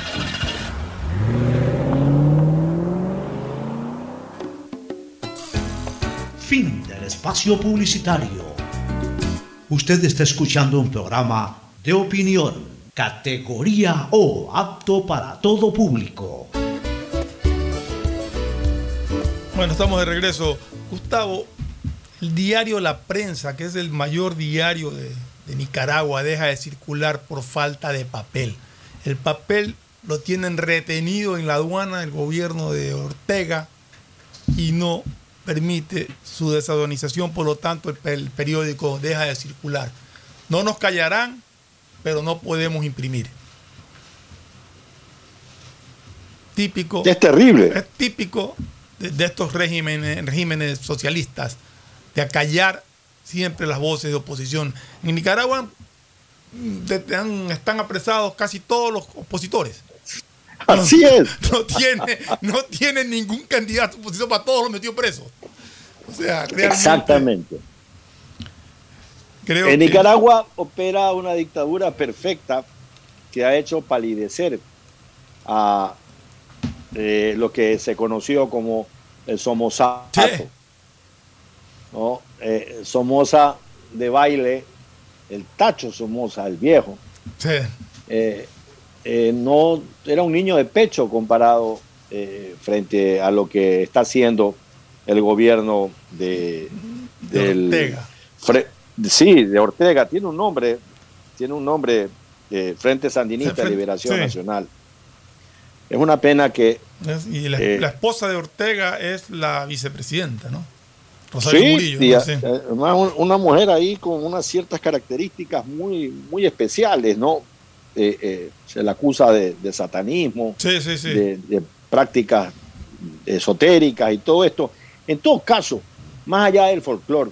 Fin del espacio publicitario. Usted está escuchando un programa de opinión, categoría O, apto para todo público. Bueno, estamos de regreso. Gustavo, el diario La Prensa, que es el mayor diario de, de Nicaragua, deja de circular por falta de papel. El papel lo tienen retenido en la aduana del gobierno de Ortega y no permite su desaduanización, por lo tanto el, el periódico deja de circular. No nos callarán, pero no podemos imprimir. Típico. Es terrible. Es típico de, de estos regímenes, regímenes socialistas, de acallar siempre las voces de oposición. En Nicaragua de, de, están apresados casi todos los opositores. Así no, es. No tiene, no tiene ningún candidato opositor, para todos los metió presos. O sea, exactamente. Creo en que... Nicaragua opera una dictadura perfecta que ha hecho palidecer a eh, lo que se conoció como el Somozato. Sí. ¿No? Eh, Somoza de baile, el Tacho Somoza, el viejo. Sí. Eh, Eh, no era un niño de pecho comparado eh, frente a lo que está haciendo el gobierno de, de del, Ortega. Fre, sí, de Ortega. Tiene un nombre, tiene un nombre, eh, Frente Sandinista de Liberación sí. Nacional. Es una pena que... Y la, eh, la esposa de Ortega es la vicepresidenta, ¿no? Rosario sí, Murillo. Y, ¿no? Sí. Una, una mujer ahí con unas ciertas características muy, muy especiales, ¿no? Eh, eh, se la acusa de, de satanismo, sí, sí, sí. De, de prácticas esotéricas y todo esto. En todo caso, más allá del folclore,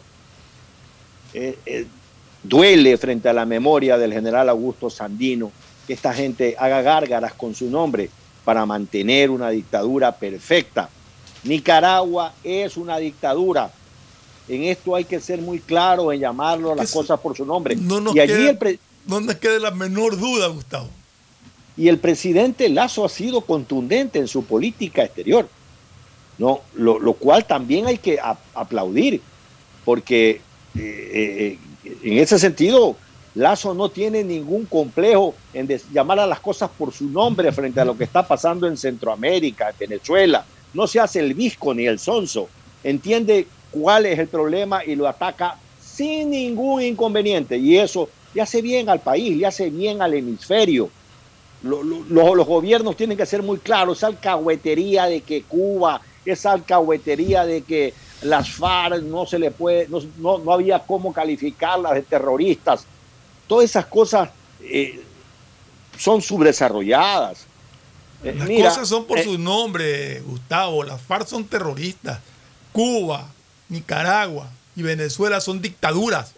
eh, eh, duele frente a la memoria del general Augusto Sandino que esta gente haga gárgaras con su nombre para mantener una dictadura perfecta. Nicaragua es una dictadura. En esto hay que ser muy claro en llamarlo a las cosas por su nombre. No nos y allí queda... el pre No nos quede la menor duda, Gustavo. Y el presidente Lasso ha sido contundente en su política exterior, ¿no? Lo, lo cual también hay que a, aplaudir, porque eh, eh, en ese sentido Lasso no tiene ningún complejo en llamar a las cosas por su nombre frente a lo que está pasando en Centroamérica, en Venezuela. No se hace el visco ni el sonso, entiende cuál es el problema y lo ataca sin ningún inconveniente, y eso le hace bien al país, le hace bien al hemisferio. Lo, lo, lo, los gobiernos tienen que ser muy claros. Esa alcahuetería de que Cuba, esa alcahuetería de que las FARC no se le puede, no, no, no había cómo calificarlas de terroristas. Todas esas cosas eh, son subdesarrolladas. Eh, las mira, cosas son por eh, su nombre, Gustavo. Las FARC son terroristas. Cuba, Nicaragua y Venezuela son dictaduras.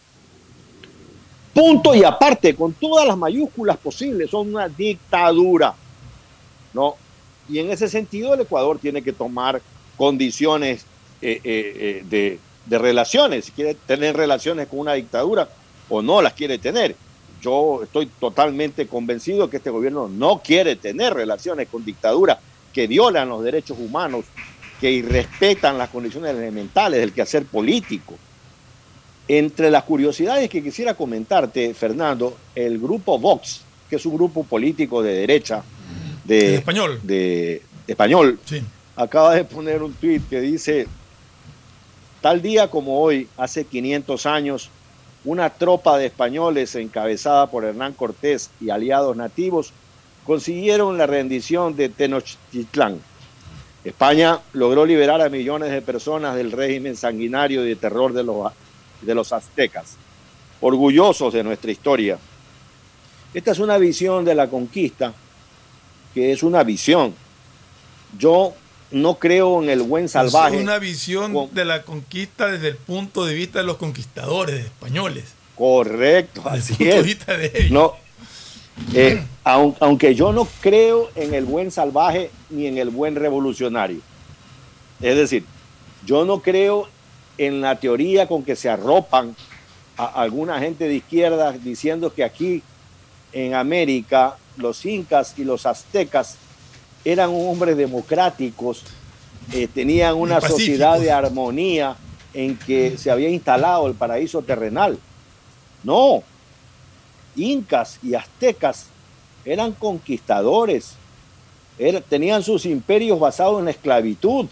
Punto y aparte, con todas las mayúsculas posibles, son una dictadura, ¿no? Y en ese sentido el Ecuador tiene que tomar condiciones eh, eh, eh, de, de relaciones, si quiere tener relaciones con una dictadura o no las quiere tener. Yo estoy totalmente convencido que este gobierno no quiere tener relaciones con dictaduras que violan los derechos humanos, que irrespetan las condiciones elementales del quehacer político. Entre las curiosidades que quisiera comentarte, Fernando, el grupo Vox, que es un grupo político de derecha, de español, de, de español sí. acaba de poner un tuit que dice: tal día como hoy, hace quinientos años, una tropa de españoles encabezada por Hernán Cortés y aliados nativos consiguieron la rendición de Tenochtitlán. España logró liberar a millones de personas del régimen sanguinario y de terror de los, de los aztecas, orgullosos de nuestra historia. Esta es una visión de la conquista, que es una visión. Yo no creo en el buen salvaje. Es una visión con, de la conquista desde el punto de vista de los conquistadores españoles. Correcto, así desde el punto es. de vista de ellos. No, eh, aun, aunque yo no creo en el buen salvaje ni en el buen revolucionario. Es decir, yo no creo en la teoría con que se arropan a alguna gente de izquierda diciendo que aquí en América los incas y los aztecas eran hombres democráticos, eh, tenían una sociedad de armonía en que se había instalado el paraíso terrenal. No, incas y aztecas eran conquistadores, era, tenían sus imperios basados en la esclavitud.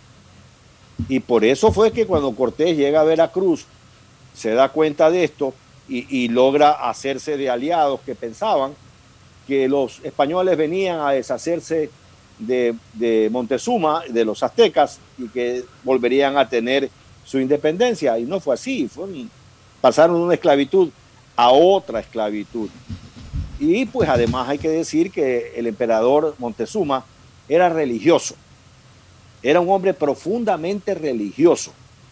Y por eso fue que cuando Cortés llega a Veracruz, se da cuenta de esto y, y logra hacerse de aliados que pensaban que los españoles venían a deshacerse de, de Montezuma, de los aztecas, y que volverían a tener su independencia. Y no fue así, fue un, pasaron de una esclavitud a otra esclavitud. Y pues además hay que decir que el emperador Montezuma era religioso, era un hombre profundamente religioso.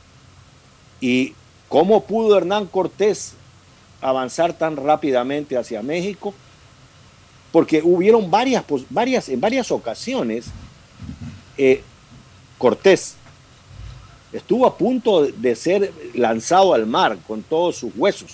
¿Y cómo pudo Hernán Cortés avanzar tan rápidamente hacia México? Porque hubieron varias, pues, varias, en varias ocasiones, eh, Cortés estuvo a punto de ser lanzado al mar con todos sus huesos.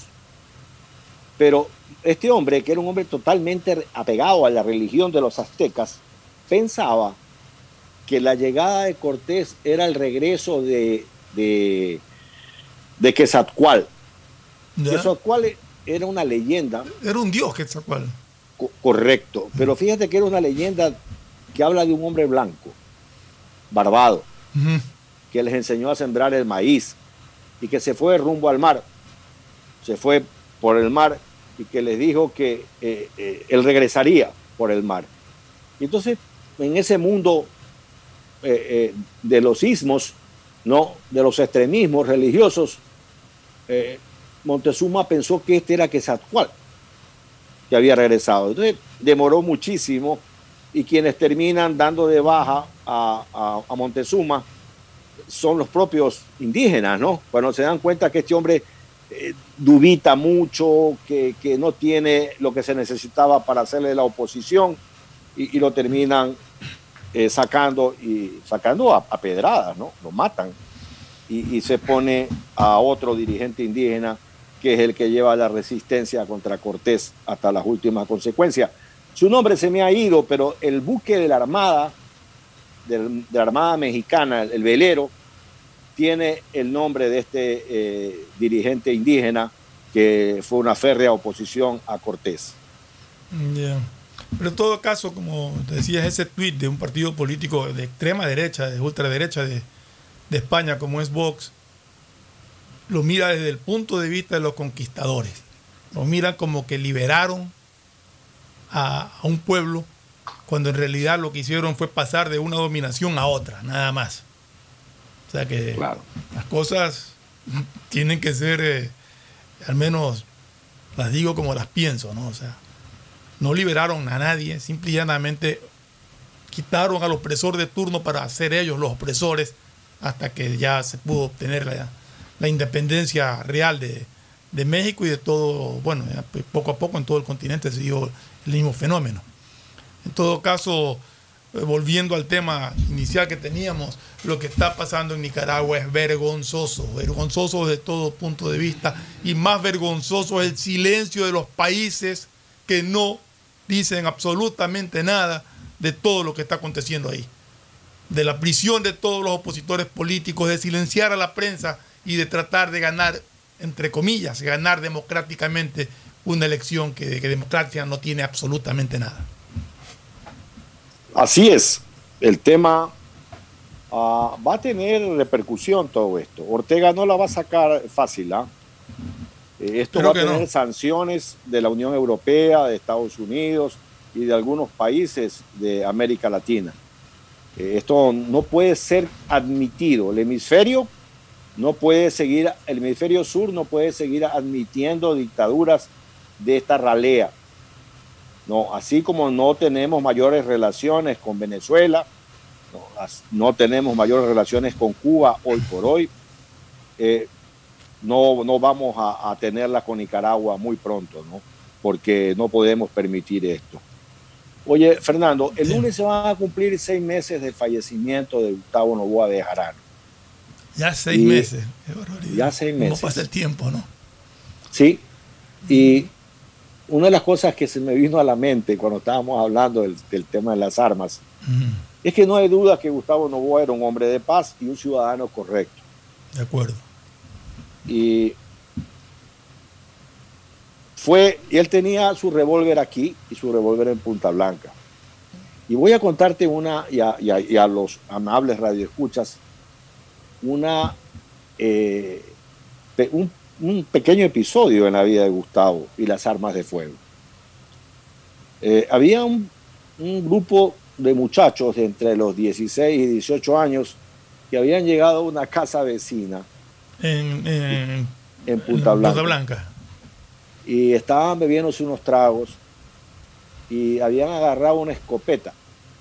Pero este hombre, que era un hombre totalmente apegado a la religión de los aztecas, pensaba que la llegada de Cortés era el regreso de, de, de Quetzalcóatl. Quetzalcóatl era una leyenda. Era un dios Quetzalcóatl. Correcto, pero fíjate que era una leyenda que habla de un hombre blanco, barbado, uh-huh. que les enseñó a sembrar el maíz y que se fue rumbo al mar, se fue por el mar y que les dijo que eh, eh, él regresaría por el mar. Y entonces, en ese mundo eh, eh, de los ismos, ¿no? de los extremismos religiosos, eh, Montezuma pensó que este era Quetzalcóatl, que había regresado. Entonces demoró muchísimo y quienes terminan dando de baja a, a, a Montezuma son los propios indígenas, ¿no? Cuando se dan cuenta que este hombre eh, dubita mucho, que, que no tiene lo que se necesitaba para hacerle la oposición y, y lo terminan eh, sacando y sacando a, a pedradas, ¿no? Lo matan y, y se pone a otro dirigente indígena que es el que lleva la resistencia contra Cortés hasta las últimas consecuencias. Su nombre se me ha ido, pero el buque de la Armada, de la Armada Mexicana, el velero, tiene el nombre de este eh, dirigente indígena que fue una férrea oposición a Cortés. Yeah. Pero en todo caso, como te decías, ese tuit de un partido político de extrema derecha, de ultraderecha de, de España, como es Vox, lo mira desde el punto de vista de los conquistadores. Lo miran como que liberaron a, a un pueblo, cuando en realidad lo que hicieron fue pasar de una dominación a otra, nada más. O sea que claro, las cosas tienen que ser, eh, al menos las digo como las pienso, ¿no? O sea, no liberaron a nadie, simple y llanamente quitaron al opresor de turno para ser ellos los opresores hasta que ya se pudo obtener la la independencia real de, de México y de todo, bueno, poco a poco en todo el continente se dio el mismo fenómeno. En todo caso, eh, volviendo al tema inicial que teníamos, lo que está pasando en Nicaragua es vergonzoso, vergonzoso desde todo punto de vista, y más vergonzoso es el silencio de los países que no dicen absolutamente nada de todo lo que está aconteciendo ahí, de la prisión de todos los opositores políticos, de silenciar a la prensa y de tratar de ganar, entre comillas, ganar democráticamente una elección que de que democracia no tiene absolutamente nada. Así es, el tema uh, va a tener repercusión todo esto. Ortega no la va a sacar fácil, ¿ah? ¿eh? Esto Creo va a tener no. sanciones de la Unión Europea, de Estados Unidos y de algunos países de América Latina. Eh, esto no puede ser admitido. El hemisferio no puede seguir, el hemisferio sur no puede seguir admitiendo dictaduras de esta ralea. No, así como no tenemos mayores relaciones con Venezuela, no, no tenemos mayores relaciones con Cuba hoy por hoy, eh, no, no vamos a, a tenerlas con Nicaragua muy pronto, ¿no? Porque no podemos permitir esto. Oye, Fernando, el lunes se van a cumplir seis meses del fallecimiento de Gustavo Noboa Bejarano. Ya seis y, meses. Qué barbaridad. Ya seis meses. ¿Cómo pasa el tiempo, no? Sí, y una de las cosas que se me vino a la mente cuando estábamos hablando del, del tema de las armas, uh-huh. es que no hay duda que Gustavo Noboa era un hombre de paz y un ciudadano correcto. De acuerdo. Y fue, y él tenía su revólver aquí y su revólver en Punta Blanca. Y voy a contarte una, y a, y a, y a los amables radioescuchas, una, eh, un, un pequeño episodio en la vida de Gustavo y las armas de fuego. Eh, había un, un grupo de muchachos de entre los dieciséis y dieciocho años que habían llegado a una casa vecina en, en, en Punta Blanca. Punta Blanca. Y estaban bebiéndose unos tragos y habían agarrado una escopeta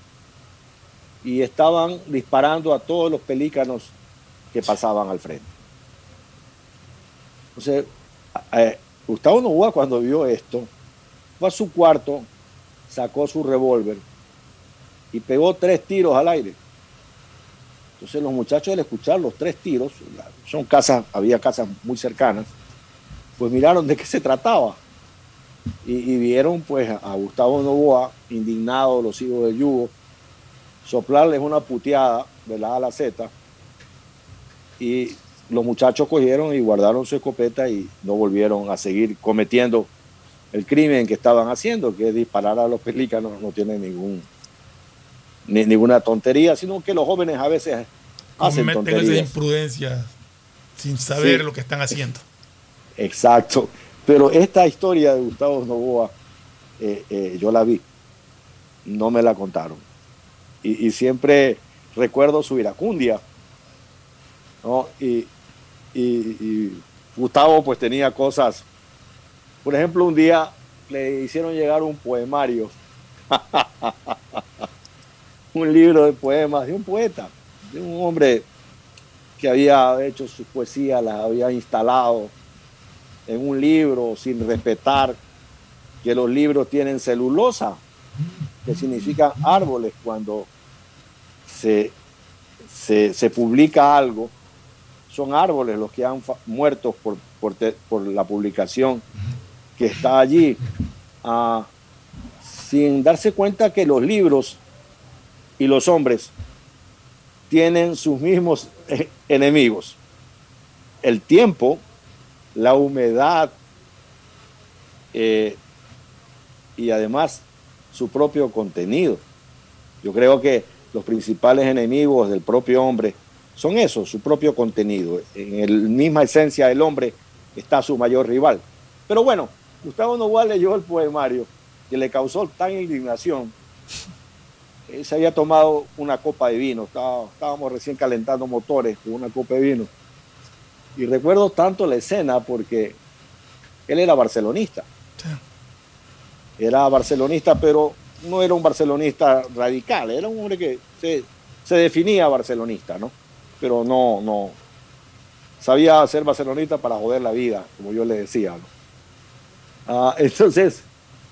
y estaban disparando a todos los pelícanos que pasaban al frente. Entonces, eh, Gustavo Noboa, cuando vio esto, fue a su cuarto, sacó su revólver y pegó tres tiros al aire. Entonces los muchachos, al escuchar los tres tiros, son casas, había casas muy cercanas, pues miraron de qué se trataba y, y vieron pues a Gustavo Noboa, indignado, los hijos del yugo, soplarles una puteada de la A a la Z, y los muchachos cogieron y guardaron su escopeta y no volvieron a seguir cometiendo el crimen que estaban haciendo, que es disparar a los pelícanos. No tiene ningún ni, ninguna tontería, sino que los jóvenes a veces hacen cometen tonterías. Esas imprudencias sin saber Sí. lo que están haciendo. Exacto. Pero esta historia de Gustavo Noboa, eh, eh, yo la vi, no me la contaron. Y, y siempre recuerdo su iracundia, ¿no? Y, y, y Gustavo pues tenía cosas. Por ejemplo, un día le hicieron llegar un poemario, un libro de poemas de un poeta, de un hombre que había hecho sus poesías, las había instalado en un libro sin respetar que los libros tienen celulosa, que significa árboles. Cuando se, se, se publica algo, son árboles los que han muerto por, por, te, por la publicación que está allí, uh, sin darse cuenta que los libros y los hombres tienen sus mismos eh, enemigos: el tiempo, la humedad, eh, y además su propio contenido. Yo creo que los principales enemigos del propio hombre son esos, su propio contenido. En la misma esencia del hombre está su mayor rival. Pero bueno, Gustavo Noboa leyó el poemario que le causó tan indignación. Él se había tomado una copa de vino, estaba, estábamos recién calentando motores con una copa de vino. Y recuerdo tanto la escena porque él era barcelonista. Sí. Era barcelonista, pero no era un barcelonista radical, era un hombre que se, se definía barcelonista, ¿no? Pero no, no, sabía ser barcelonista para joder la vida, como yo le decía, ¿no? Uh, entonces,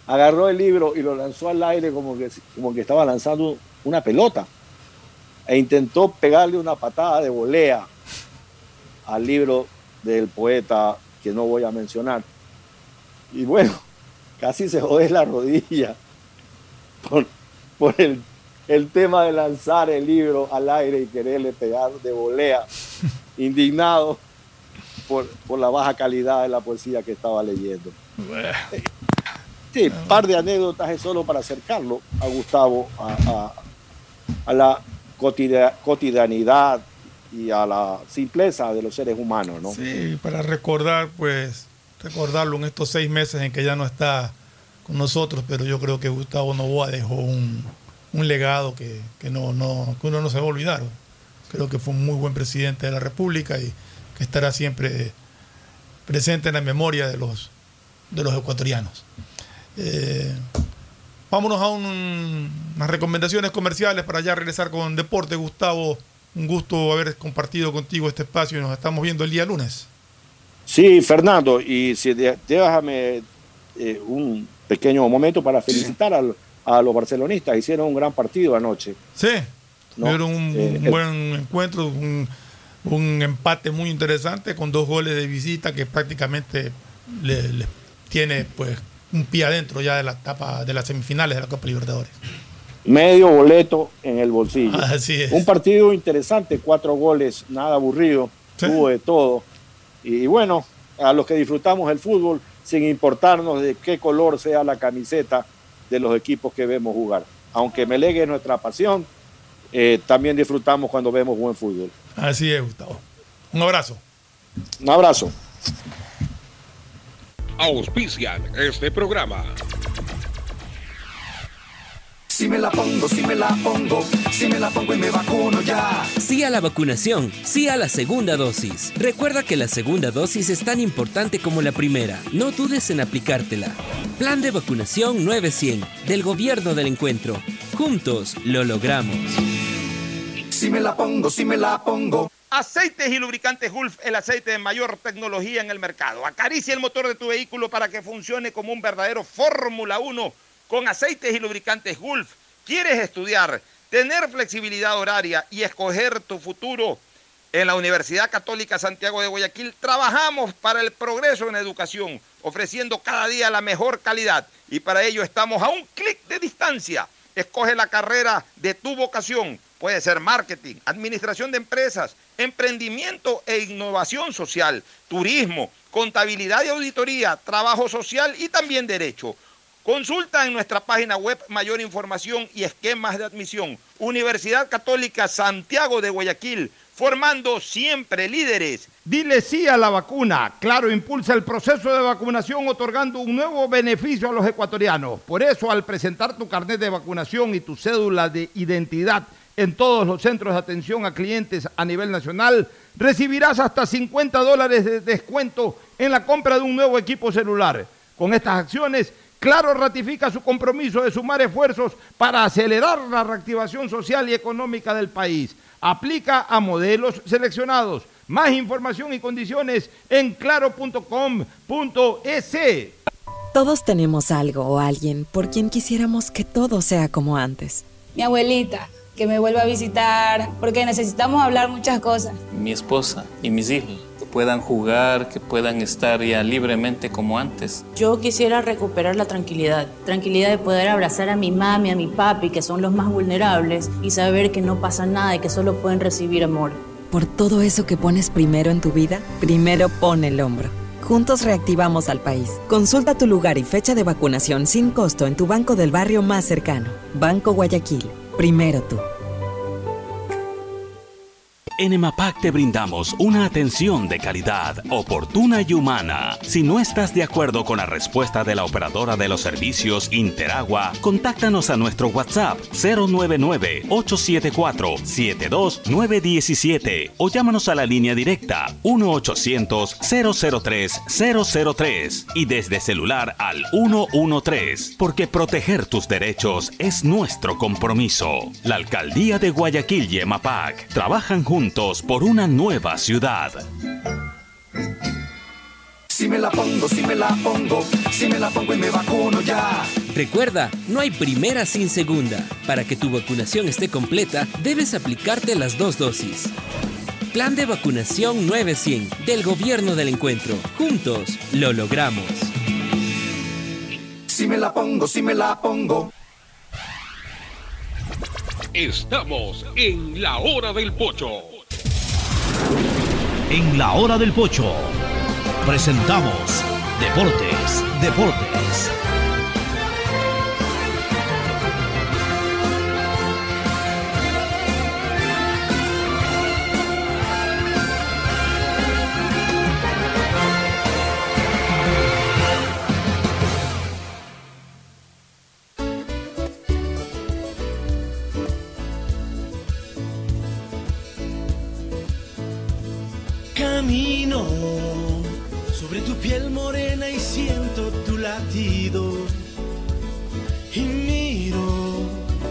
agarró el libro y lo lanzó al aire como que, como que estaba lanzando una pelota e intentó pegarle una patada de volea al libro del poeta que no voy a mencionar. Y bueno, casi se jode la rodilla por, por el, el tema de lanzar el libro al aire y quererle pegar de volea, indignado por, por la baja calidad de la poesía que estaba leyendo. Sí, un par de anécdotas es solo para acercarlo a Gustavo a, a, a la cotidianidad y a la simpleza de los seres humanos, ¿no? Sí, para recordar, pues, recordarlo en estos seis meses en que ya no está con nosotros, pero yo creo que Gustavo Noboa dejó un, un legado que, que, no, no, que uno no se va a olvidar. Creo que fue un muy buen presidente de la República y que estará siempre presente en la memoria de los, de los ecuatorianos. Eh, vámonos a un, unas recomendaciones comerciales para ya regresar con deporte. Gustavo, un gusto haber compartido contigo este espacio y nos estamos viendo el día lunes. Sí, Fernando, y si de, déjame eh, un pequeño momento para felicitar a, a los barcelonistas. Hicieron un gran partido anoche. Sí, ¿no? Tuvieron un, eh, un buen encuentro, un, un empate muy interesante con dos goles de visita que prácticamente le, le tiene pues un pie adentro ya de la etapa de las semifinales de la Copa Libertadores. Medio boleto en el bolsillo. Así es. Un partido interesante, cuatro goles, nada aburrido, sí. Tuvo de todo. Y bueno, a los que disfrutamos el fútbol, sin importarnos de qué color sea la camiseta de los equipos que vemos jugar. Aunque Melec es nuestra pasión, eh, también disfrutamos cuando vemos buen fútbol. Así es, Gustavo. Un abrazo. Un abrazo. Auspician este programa. Si me la pongo, si me la pongo, si me la pongo y me vacuno ya. Sí a la vacunación, sí a la segunda dosis. Recuerda que la segunda dosis es tan importante como la primera. No dudes en aplicártela. Plan de vacunación nueve cien del Gobierno del Encuentro. Juntos lo logramos. Si me la pongo, si me la pongo. Aceites y lubricantes Gulf, el aceite de mayor tecnología en el mercado. Acaricia el motor de tu vehículo para que funcione como un verdadero Fórmula uno con aceites y lubricantes Gulf. ¿Quieres estudiar, tener flexibilidad horaria y escoger tu futuro? En la Universidad Católica Santiago de Guayaquil trabajamos para el progreso en educación, ofreciendo cada día la mejor calidad. Y para ello estamos a un clic de distancia. Escoge la carrera de tu vocación. Puede ser marketing, administración de empresas, emprendimiento e innovación social, turismo, contabilidad y auditoría, trabajo social y también derecho. Consulta en nuestra página web mayor información y esquemas de admisión. Universidad Católica Santiago de Guayaquil, formando siempre líderes. Dile sí a la vacuna. Claro, impulsa el proceso de vacunación otorgando un nuevo beneficio a los ecuatorianos. Por eso, al presentar tu carnet de vacunación y tu cédula de identidad en todos los centros de atención a clientes a nivel nacional, recibirás hasta cincuenta dólares de descuento en la compra de un nuevo equipo celular. Con estas acciones, Claro ratifica su compromiso de sumar esfuerzos para acelerar la reactivación social y económica del país. Aplica a modelos seleccionados. Más información y condiciones en claro punto com punto es. Todos tenemos algo o alguien por quien quisiéramos que todo sea como antes. Mi abuelita, que me vuelva a visitar, porque necesitamos hablar muchas cosas. Mi esposa y mis hijos, que puedan jugar, que puedan estar ya libremente como antes. Yo quisiera recuperar la tranquilidad, tranquilidad de poder abrazar a mi mami, a mi papi, que son los más vulnerables, y saber que no pasa nada y que solo pueden recibir amor. Por todo eso que pones primero en tu vida, primero pon el hombro. Juntos reactivamos al país. Consulta tu lugar y fecha de vacunación sin costo en tu banco del barrio más cercano. Banco Guayaquil. Primero tú. En EMAPAC te brindamos una atención de calidad, oportuna y humana. Si no estás de acuerdo con la respuesta de la operadora de los servicios Interagua, contáctanos a nuestro WhatsApp cero nueve nueve, ocho siete cuatro, siete dos nueve uno siete o llámanos a la línea directa uno ochocientos, cero cero tres, cero cero tres y desde celular al uno uno tres, porque proteger tus derechos es nuestro compromiso. La Alcaldía de Guayaquil y EMAPAC trabajan juntos por una nueva ciudad. Si me la pongo, si me la pongo, si me la pongo y me vacuno ya. Recuerda, no hay primera sin segunda. Para que tu vacunación esté completa, debes aplicarte las dos dosis. Plan de vacunación nueve cien del Gobierno del Encuentro. Juntos lo logramos. Si me la pongo, si me la pongo. Estamos en la hora del pocho. En la hora del pocho presentamos Deportes, Deportes. Camino sobre tu piel morena y siento tu latido y miro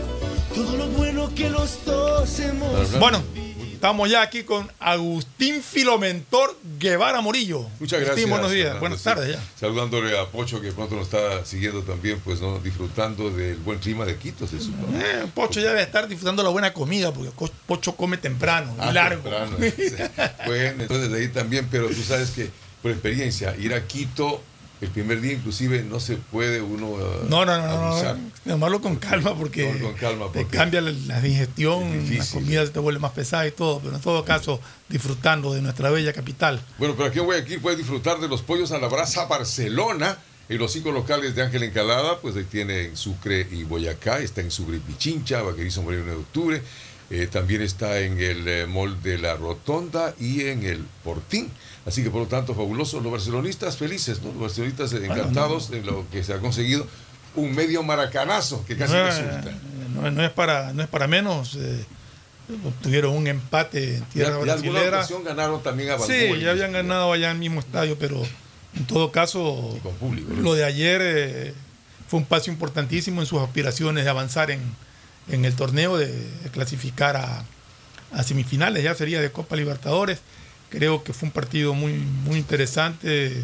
todo lo bueno que los dos hemos. Bueno, estamos ya aquí con Agustín Filomentor Guevara Morillo. Muchas gracias. Agustín, buenos días, Fernando, buenas sí. tardes ya. Saludándole a Pocho, que pronto nos está siguiendo también, pues no disfrutando del buen clima de Quito, se supone. Eh, Pocho ya debe estar disfrutando la buena comida, porque Pocho come temprano y Ah, largo. temprano, sí. Bueno, entonces de ahí también, pero tú sabes que por experiencia, ir a Quito el primer día inclusive no se puede uno uh, No, no, no, no, abusar. no. Tomarlo con calma porque, Tomarlo con calma te porque cambia la, la digestión, la difícil. comida se te vuelve más pesada y todo, pero en todo caso disfrutando de nuestra bella capital. Bueno, pero aquí en Guayaquil puedes disfrutar de los pollos a la brasa Barcelona. En los cinco locales de Ángel Encalada, pues ahí tiene en Sucre y Boyacá, está en Sucre y Pichincha, Vaquerizo Moreno de Octubre, eh, también está en el eh, Mall de la Rotonda y en el Portín. Así que por lo tanto, fabuloso. Los barcelonistas felices, ¿no? Los barcelonistas encantados bueno, no. en lo que se ha conseguido. Un medio maracanazo que casi no, resulta. No, no, es para, no es para menos. Eh, obtuvieron un empate en tierra ya, brasilera. En alguna ocasión ganaron también a Balboa. Sí, ya habían ganado allá en el mismo estadio, pero en todo caso, con público, ¿no? Lo de ayer eh, fue un paso importantísimo en sus aspiraciones de avanzar en, en el torneo, de, de clasificar a, a semifinales, ya sería de Copa Libertadores. Creo que fue un partido muy, muy interesante,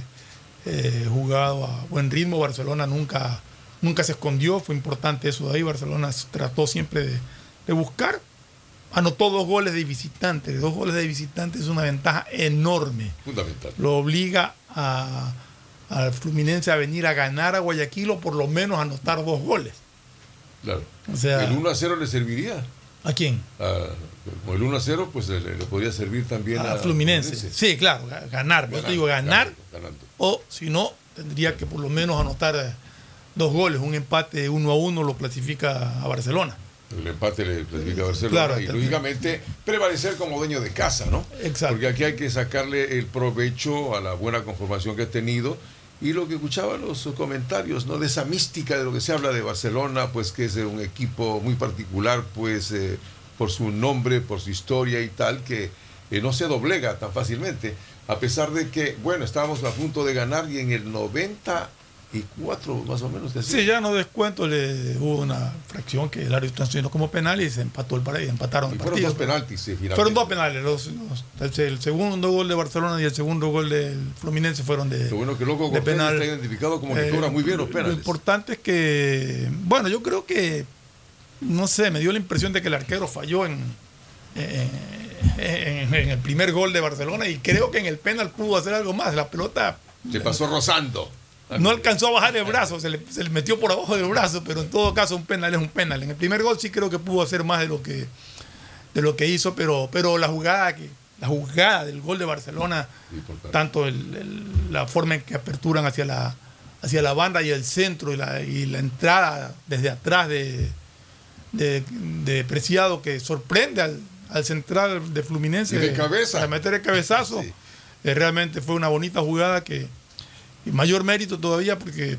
eh, jugado a buen ritmo. Barcelona nunca, nunca se escondió, fue importante eso de ahí. Barcelona trató siempre de, de buscar. Anotó dos goles de visitante. Dos goles de visitante es una ventaja enorme. Fundamental. Lo obliga a, al Fluminense a venir a ganar a Guayaquil o por lo menos a anotar dos goles. Claro. O sea, ¿el uno a cero le serviría? ¿A quién? A, como el uno a cero, pues le, le podría servir también a, a Fluminense. Fluminense. Sí, claro, ganar. Ganando, Yo te digo ganar. Ganando, ganando. O si no, tendría que por lo menos anotar dos goles. Un empate uno a uno lo clasifica a Barcelona. El empate le clasifica a Barcelona claro, y lógicamente prevalecer como dueño de casa, ¿no? Exacto. Porque aquí hay que sacarle el provecho a la buena conformación que ha tenido. Y lo que escuchaba los comentarios, ¿no? De esa mística de lo que se habla de Barcelona, pues que es un equipo muy particular, pues eh, por su nombre, por su historia y tal, que eh, no se doblega tan fácilmente, a pesar de que, bueno, estábamos a punto de ganar y en el noventa y cuatro más o menos. Así. Sí, ya no descuento, le hubo una fracción que el árbitro sancionó como penal y se empató el partido, empataron el partido. Fueron dos penaltis, sí, finalmente. Fueron dos penales, los, los, el, el segundo gol de Barcelona y el segundo gol del Fluminense fueron de, Lo bueno que Loco de penal. Está identificado como que eh, cobra muy bien los penales. Lo importante es que, bueno, yo creo que, no sé, me dio la impresión de que el arquero falló en, en, en, en el primer gol de Barcelona y creo que en el penal pudo hacer algo más. La pelota se pasó rozando. No alcanzó a bajar el brazo, se le, se le metió por abajo del brazo, pero en todo caso un penal es un penal. En el primer gol sí creo que pudo hacer más de lo que, de lo que hizo, pero, pero la jugada que la jugada del gol de Barcelona, tanto el, el, la forma en que aperturan hacia la, hacia la banda y el centro y la, y la entrada desde atrás de, de, de Preciado, que sorprende al, al central de Fluminense. Y de cabeza. A meter el cabezazo. Sí. Eh, realmente fue una bonita jugada que y mayor mérito todavía porque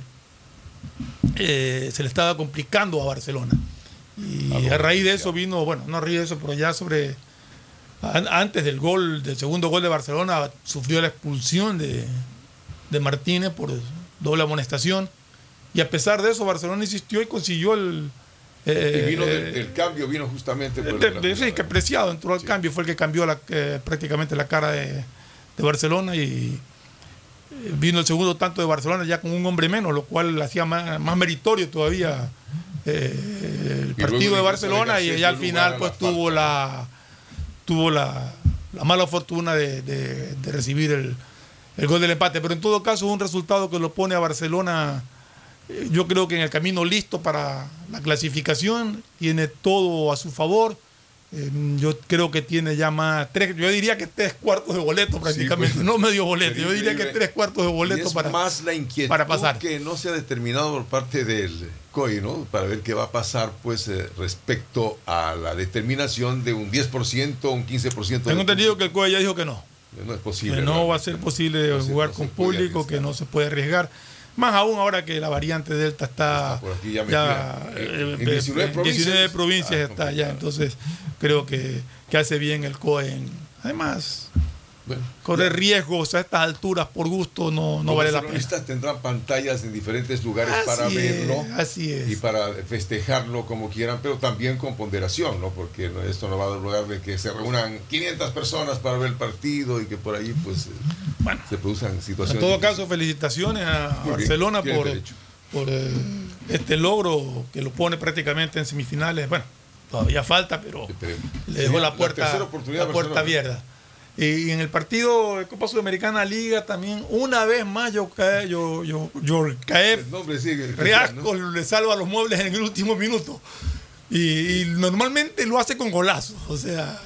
eh, se le estaba complicando a Barcelona. Y a raíz de eso vino, bueno, no a raíz de eso, pero ya sobre, antes del gol, del segundo gol de Barcelona, sufrió la expulsión de, de Martínez por doble amonestación. Y a pesar de eso, Barcelona insistió y consiguió el... Eh, y vino del, del cambio, vino justamente... Por de, de, sí, que Preciado entró al sí. cambio, fue el que cambió la, eh, prácticamente la cara de, de Barcelona y... vino el segundo tanto de Barcelona ya con un hombre menos, lo cual hacía más, más meritorio todavía eh, el partido de Barcelona, y ya al final pues tuvo la tuvo la, la mala fortuna de, de, de recibir el, el gol del empate. Pero en todo caso es un resultado que lo pone a Barcelona, eh, yo creo que en el camino listo para la clasificación, tiene todo a su favor. Eh, yo creo que tiene ya más, tres, yo diría que tres cuartos de boleto prácticamente, sí, pues, no medio boleto, yo diría que tres cuartos de boleto para, más la inquietud para pasar. Que no se ha determinado por parte del C O I, ¿no? Para ver qué va a pasar pues eh, respecto a la determinación de un diez por ciento, un quince por ciento. Tengo entendido que el C O I ya dijo que no. No es posible. Que no ¿verdad? va a ser posible no jugar con público, que no se puede arriesgar. Más aún ahora que la variante Delta está, está por aquí ya, ya eh, en diecinueve provincias, diecinueve provincias ah, está ya, entonces creo que, que hace bien el C O E. En, además, bueno, correr ya. riesgos a estas alturas por gusto no, no vale la pena. Los periodistas tendrán pantallas en diferentes lugares así para verlo es, así es. y para festejarlo como quieran, pero también con ponderación, ¿no? Porque esto no va a dar lugar de que se reúnan quinientas personas para ver el partido y que por ahí pues bueno, se produzcan situaciones. En todo caso, felicitaciones a Muy Barcelona bien, por, por eh, este logro que lo pone prácticamente en semifinales. Bueno, todavía falta, pero le dejó la puerta, la, la puerta abierta. Y en el partido de Copa Sudamericana Liga también, una vez más, yo yo, yo, yo Caef Riascos, ¿no? Le salva los muebles en el último minuto. Y, y normalmente lo hace con golazos. O sea,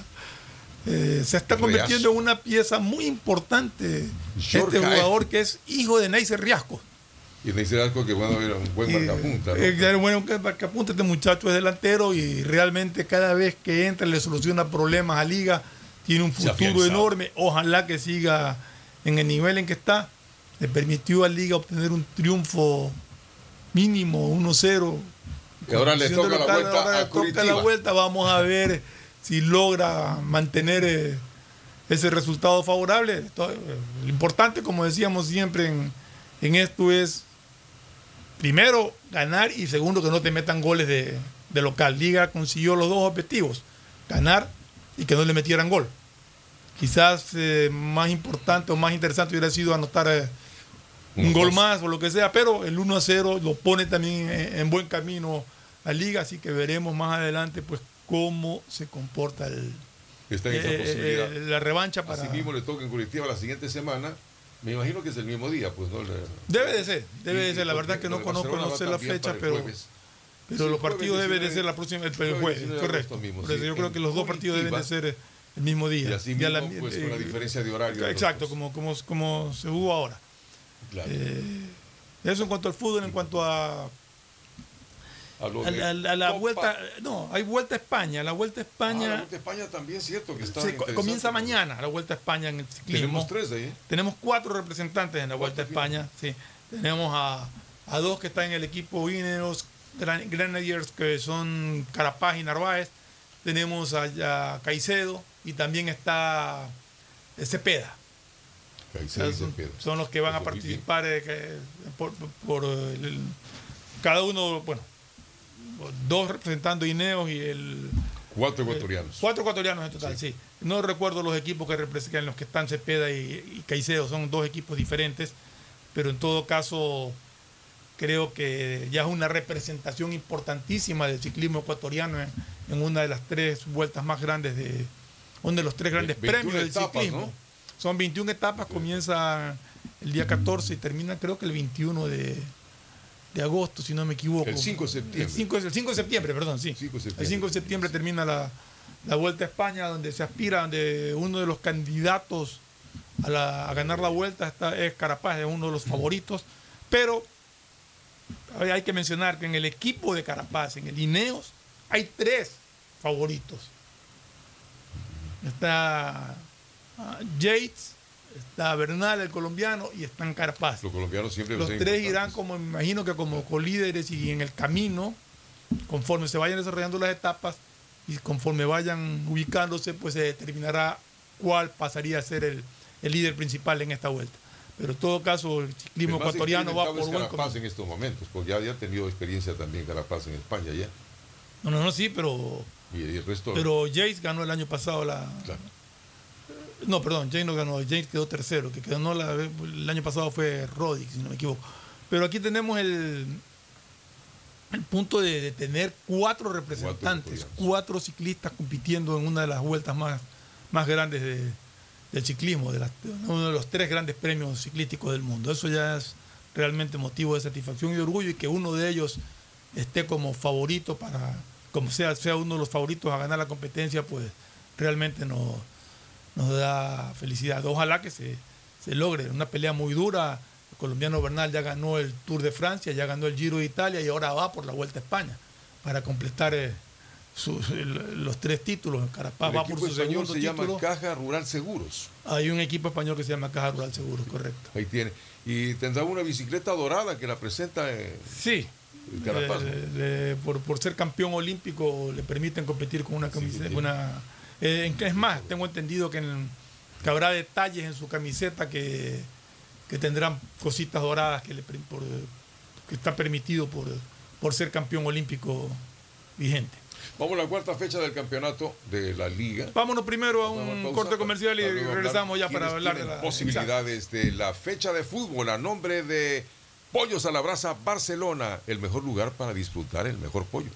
eh, se está convirtiendo en una pieza muy importante este jugador que es hijo de Neisser Riascos. Y Neisser Riascos, que bueno, era un buen marcapunta, ¿no? Era un buen marcapunta, este muchacho es delantero y realmente cada vez que entra le soluciona problemas a Liga. Tiene un futuro enorme, ojalá que siga en el nivel en que está. Le permitió a Liga obtener un triunfo mínimo, uno cero. Y ahora le toca local, la vuelta ahora a le toca la vuelta. Vamos a ver si logra mantener eh, ese resultado favorable. Todo, eh, lo importante, como decíamos siempre en, en esto, es primero ganar y segundo que no te metan goles de, de local. Liga consiguió los dos objetivos, ganar y que no le metieran gol. Quizás eh, más importante o más interesante hubiera sido anotar eh, un gol más o lo que sea, pero el uno a cero lo pone también en, en buen camino a Liga, así que veremos más adelante pues cómo se comporta el, Está en esa eh, posibilidad. Eh, la revancha para... Así mismo le toca en Curitiba la siguiente semana. Me imagino que es el mismo día, pues, ¿no? Debe de ser, debe y, de ser. La verdad que no conozco, no sé la fecha, pero... Pero sí, los partidos deben de ser la próxima, el, el jueves, correcto. Mismo, sí. Yo creo que los dos partidos deben de ser el mismo día. Y así mismo, la, pues, eh, con la diferencia de horario. Exacto, de como, como, como se hubo ahora. Claro. Eh, eso en cuanto al fútbol, en cuanto a... A, a, a, a la Copa. Vuelta, no, hay Vuelta a España. La Vuelta a España... Ah, la Vuelta a España también, cierto, que está se, comienza mañana la Vuelta a España en el ciclismo. Tenemos tres ahí. Tenemos cuatro representantes en la Vuelta a España. Sí. Tenemos a, a dos que están en el equipo Ineos Grenadiers, que son Carapaz y Narváez. Tenemos a, a Caicedo y también está Cepeda. Caicedo y son, Cepeda. Son los que van a participar eh, que, por, por el, cada uno, bueno, dos representando Ineos y el... Cuatro ecuatorianos. Eh, cuatro ecuatorianos en total, sí. sí. No recuerdo los equipos que representan, los que están Cepeda y, y Caicedo, son dos equipos diferentes, pero en todo caso... Creo que ya es una representación importantísima del ciclismo ecuatoriano en, en una de las tres vueltas más grandes, de uno de los tres grandes premios del etapas, ciclismo. ¿No? Son veintiuna etapas, sí. Comienza el día catorce y termina creo que el veintiuno de, de agosto, si no me equivoco. El cinco de septiembre. El cinco, el cinco de septiembre, perdón, sí. cinco de septiembre. El cinco de septiembre termina la, la Vuelta a España, donde se aspira, donde uno de los candidatos a, la, a ganar la Vuelta está, es Carapaz, es uno de los favoritos, pero... Hay que mencionar que en el equipo de Carapaz, en el Ineos, hay tres favoritos. Está Yates, está Bernal, el colombiano, y están Carapaz. Los colombianos siempre los tres irán, como me imagino que como colíderes y en el camino, conforme se vayan desarrollando las etapas y conforme vayan ubicándose, pues se determinará cuál pasaría a ser el, el líder principal en esta vuelta. Pero en todo caso, el ciclismo el ecuatoriano va por buen camino. Carapaz en estos momentos, porque ya, ya ha tenido experiencia también Carapaz en España ya. No, no, no, sí, pero... Y el resto... Pero Yates ganó el año pasado la... Claro. No, perdón, James no ganó, James quedó tercero, que quedó no la, el año pasado fue Roddick, si no me equivoco. Pero aquí tenemos el, el punto de, de tener cuatro representantes, cuatro, cuatro ciclistas compitiendo en una de las vueltas más, más grandes de, del ciclismo, de, las, de uno de los tres grandes premios ciclísticos del mundo. Eso ya es realmente motivo de satisfacción y de orgullo, y que uno de ellos esté como favorito para, como sea, sea uno de los favoritos a ganar la competencia, pues realmente nos, nos da felicidad. Ojalá que se, se logre una pelea muy dura. El colombiano Bernal ya ganó el Tour de Francia, ya ganó el Giro de Italia y ahora va por la Vuelta a España para completar eh, su, el, los tres títulos. Carapaz va por su segundo se título. llama Caja Rural Seguros. Hay un equipo español que se llama Caja Rural Seguros, correcto. Ahí tiene. Y tendrá una bicicleta dorada que la presenta en sí. Carapaz, ¿no? Le, le, por, por ser campeón olímpico le permiten competir con una camiseta. Sí, una, eh, es más, tengo entendido que, en, que habrá detalles en su camiseta que, que tendrán cositas doradas que, le, por, que está permitido por, por ser campeón olímpico vigente. Vamos a la cuarta fecha del campeonato de la Liga. Vámonos primero a un pausa, corte comercial y regresamos ya para hablar de las posibilidades exacto. de la fecha de fútbol a nombre de Pollos a la Brasa Barcelona, el mejor lugar para disfrutar el mejor pollo.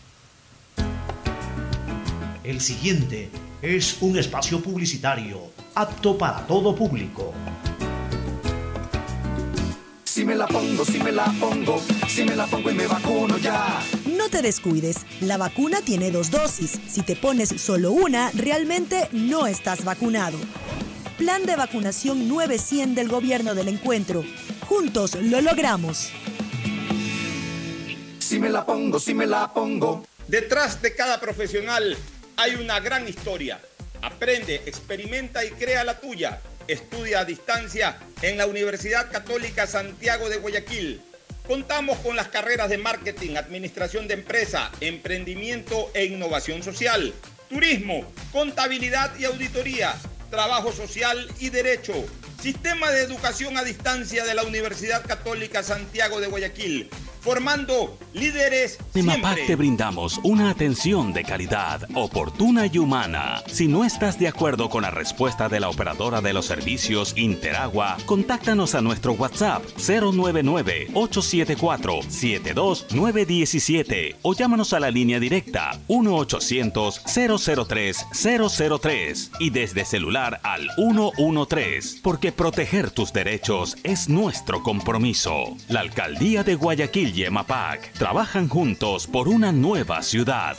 El siguiente es un espacio publicitario apto para todo público. Si me la pongo, si me la pongo, si me la pongo y me vacuno ya. No te descuides, la vacuna tiene dos dosis. Si te pones solo una, realmente no estás vacunado. Plan de vacunación nueve cien del Gobierno del Encuentro. Juntos lo logramos. Si me la pongo, si me la pongo. Detrás de cada profesional hay una gran historia. Aprende, experimenta y crea la tuya. Estudia a distancia en la Universidad Católica Santiago de Guayaquil. Contamos con las carreras de marketing, administración de empresa, emprendimiento e innovación social, turismo, contabilidad y auditoría, trabajo social y derecho. Sistema de educación a distancia de la Universidad Católica Santiago de Guayaquil, formando líderes En siempre. MAPAC te brindamos una atención de calidad, oportuna y humana. Si no estás de acuerdo con la respuesta de la operadora de los servicios Interagua, contáctanos a nuestro WhatsApp cero nueve nueve, ocho siete cuatro, siete dos nueve uno siete o llámanos a la línea directa uno ochocientos, cero cero tres, cero cero tres y desde celular al uno uno tres, porque proteger tus derechos es nuestro compromiso. La Alcaldía de Guayaquil y MAPAC trabajan juntos por una nueva ciudad.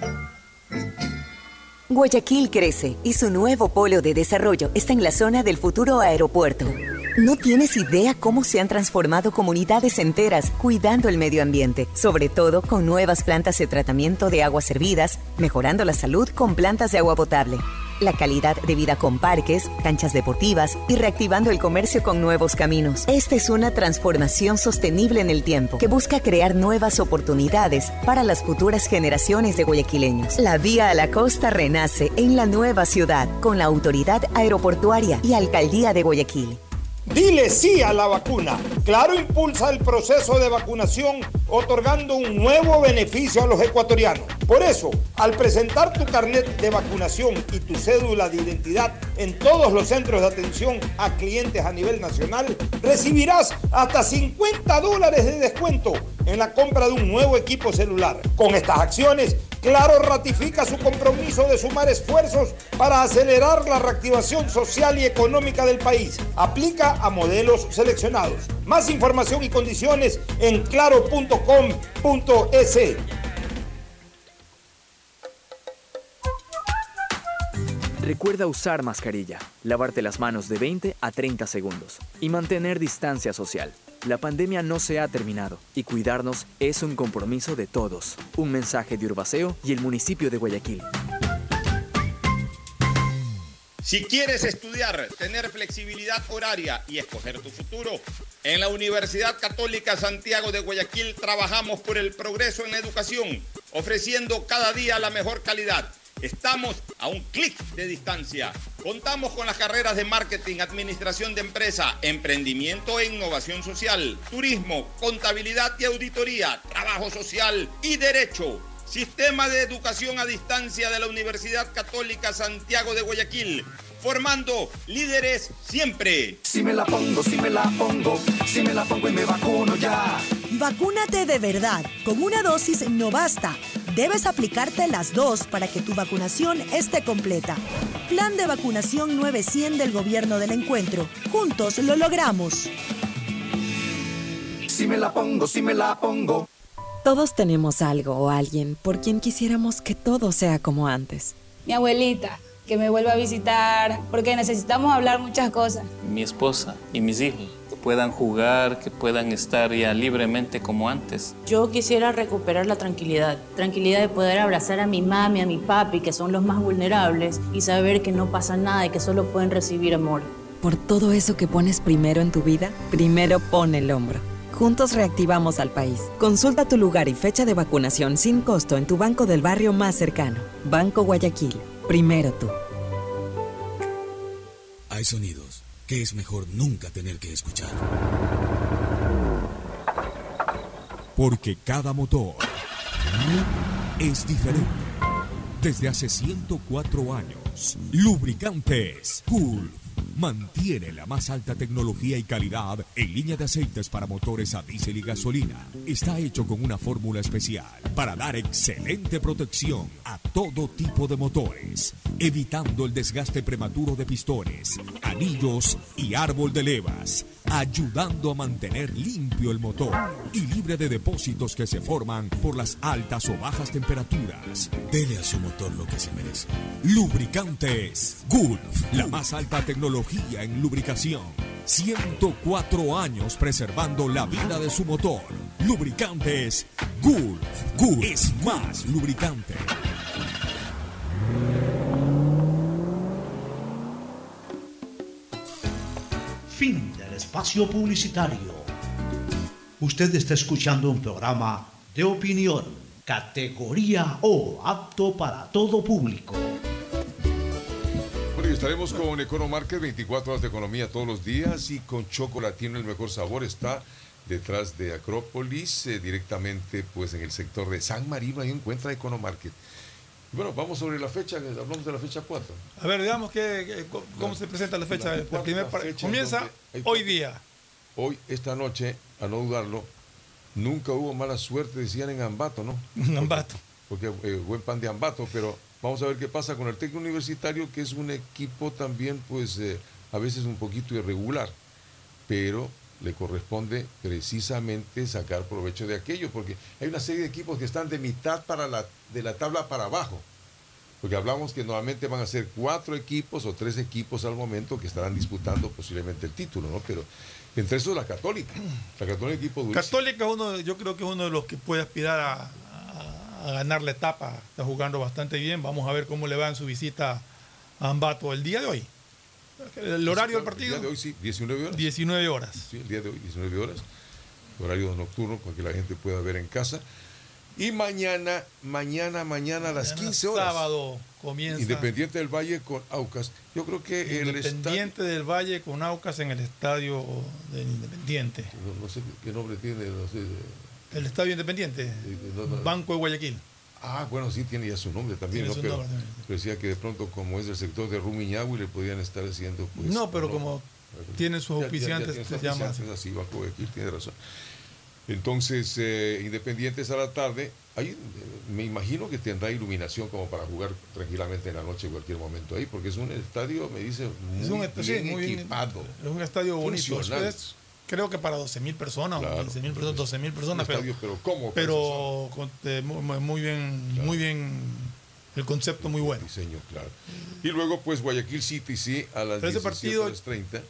Guayaquil crece y su nuevo polo de desarrollo está en la zona del futuro aeropuerto. No tienes idea cómo se han transformado comunidades enteras cuidando el medio ambiente, sobre todo con nuevas plantas de tratamiento de aguas servidas, mejorando la salud con plantas de agua potable, la calidad de vida con parques, canchas deportivas y reactivando el comercio con nuevos caminos. Esta es una transformación sostenible en el tiempo que busca crear nuevas oportunidades para las futuras generaciones de guayaquileños. La vía a la costa renace en la nueva ciudad con la Autoridad Aeroportuaria y Alcaldía de Guayaquil. Dile sí a la vacuna. Claro impulsa el proceso de vacunación otorgando un nuevo beneficio a los ecuatorianos. Por eso, al presentar tu carnet de vacunación y tu cédula de identidad en todos los centros de atención a clientes a nivel nacional, recibirás hasta cincuenta dólares de descuento en la compra de un nuevo equipo celular. Con estas acciones, Claro ratifica su compromiso de sumar esfuerzos para acelerar la reactivación social y económica del país. Aplica a modelos seleccionados. Más información y condiciones en claro punto com punto es. Recuerda usar mascarilla, lavarte las manos de veinte a treinta segundos y mantener distancia social. La pandemia no se ha terminado y cuidarnos es un compromiso de todos. Un mensaje de Urbaceo y el municipio de Guayaquil. Si quieres estudiar, tener flexibilidad horaria y escoger tu futuro, en la Universidad Católica Santiago de Guayaquil trabajamos por el progreso en la educación, ofreciendo cada día la mejor calidad. Estamos a un clic de distancia. Contamos con las carreras de marketing, administración de empresa, emprendimiento e innovación social, turismo, contabilidad y auditoría, trabajo social y derecho. Sistema de educación a distancia de la Universidad Católica Santiago de Guayaquil, formando líderes siempre. Si me la pongo, si me la pongo, si me la pongo y me vacuno ya. Vacúnate de verdad. Con una dosis no basta. Debes aplicarte las dos para que tu vacunación esté completa. Plan de vacunación nueve cien del Gobierno del Encuentro. Juntos lo logramos. Si me la pongo, si me la pongo. Todos tenemos algo o alguien por quien quisiéramos que todo sea como antes. Mi abuelita, que me vuelva a visitar, porque necesitamos hablar muchas cosas. Mi esposa y mis hijos, que puedan jugar, que puedan estar ya libremente como antes. Yo quisiera recuperar la tranquilidad, tranquilidad de poder abrazar a mi mami, a mi papi, que son los más vulnerables, y saber que no pasa nada y que solo pueden recibir amor. Por todo eso que pones primero en tu vida, primero pon el hombro. Juntos reactivamos al país. Consulta tu lugar y fecha de vacunación sin costo en tu banco del barrio más cercano. Banco Guayaquil. Primero tú. Hay sonidos que es mejor nunca tener que escuchar. Porque cada motor es diferente. Desde hace ciento cuatro años, Lubricantes Gulf mantiene la más alta tecnología y calidad en línea de aceites para motores a diésel y gasolina. Está hecho con una fórmula especial para dar excelente protección a todo tipo de motores, evitando el desgaste prematuro de pistones, anillos y árbol de levas, ayudando a mantener limpio el motor y libre de depósitos que se forman por las altas o bajas temperaturas. Dele a su motor lo que se merece. Lubricantes Gulf, la más alta tecnología en lubricación. ciento cuatro años preservando la vida de su motor. Lubricantes Gulf. Gulf es más lubricante. Fin del espacio publicitario. Usted está escuchando un programa de opinión, categoría O, apto para todo público. Bueno, y estaremos con Economarket, veinticuatro horas de economía todos los días, y con Chocolatino, el mejor sabor, está detrás de Acrópolis, eh, directamente pues en el sector de San Marino, ahí encuentra Economarket. Bueno, vamos sobre la fecha, hablamos de la fecha cuatro. A ver, digamos que, cómo la, se presenta la fecha. La el primer fecha comienza hoy día. Hoy, esta noche, a no dudarlo, nunca hubo mala suerte, decían en Ambato, ¿no? En Ambato. Porque, porque eh, buen pan de Ambato, pero vamos a ver qué pasa con el Tec Universitario, que es un equipo también, pues, eh, a veces un poquito irregular, pero le corresponde precisamente sacar provecho de aquello, porque hay una serie de equipos que están de mitad para la, de la tabla para abajo, porque hablamos que normalmente van a ser cuatro equipos o tres equipos al momento que estarán disputando posiblemente el título, ¿no? Pero entre esos la Católica, la Católica equipo durísimo. Católica es uno, yo creo que es uno de los que puede aspirar a, a, a ganar la etapa, está jugando bastante bien, vamos a ver cómo le va en su visita a Ambato el día de hoy. ¿El horario del partido? El día de hoy sí, diecinueve horas. diecinueve horas. Sí, el día de hoy, diecinueve horas. Horario nocturno para que la gente pueda ver en casa. Y mañana, mañana, mañana a las mañana quince horas. Sábado comienza. Independiente del Valle con Aucas. Yo creo que el Independiente estadio... del Valle con Aucas en el estadio del Independiente. No, no sé qué nombre tiene. No sé. El estadio Independiente. No, no, Banco de Guayaquil. Ah, bueno, sí, tiene ya su nombre también, ¿no? Pero, nombre, pero decía que de pronto, como es del sector de Rumiñahui, le podían estar haciendo, pues... No, pero no, como no, tiene sus auspiciantes, ya, ya, ya se llama así. así. Banco de Guayaquil, tiene razón. Entonces, eh, Independientes a la tarde, ahí, eh, me imagino que tendrá iluminación como para jugar tranquilamente en la noche en cualquier momento ahí, porque es un estadio, me dice, muy, es un, bien, sí, muy equipado. Bien, es un estadio bonito. Es, creo que para doce mil personas, claro, quince mil personas, doce mil personas, pero, estadio, pero ¿cómo? Pero con, eh, muy, muy bien, claro. muy bien, el concepto muy bueno. Diseño, claro. Y luego, pues, Guayaquil City, sí, a las diecisiete horas treinta.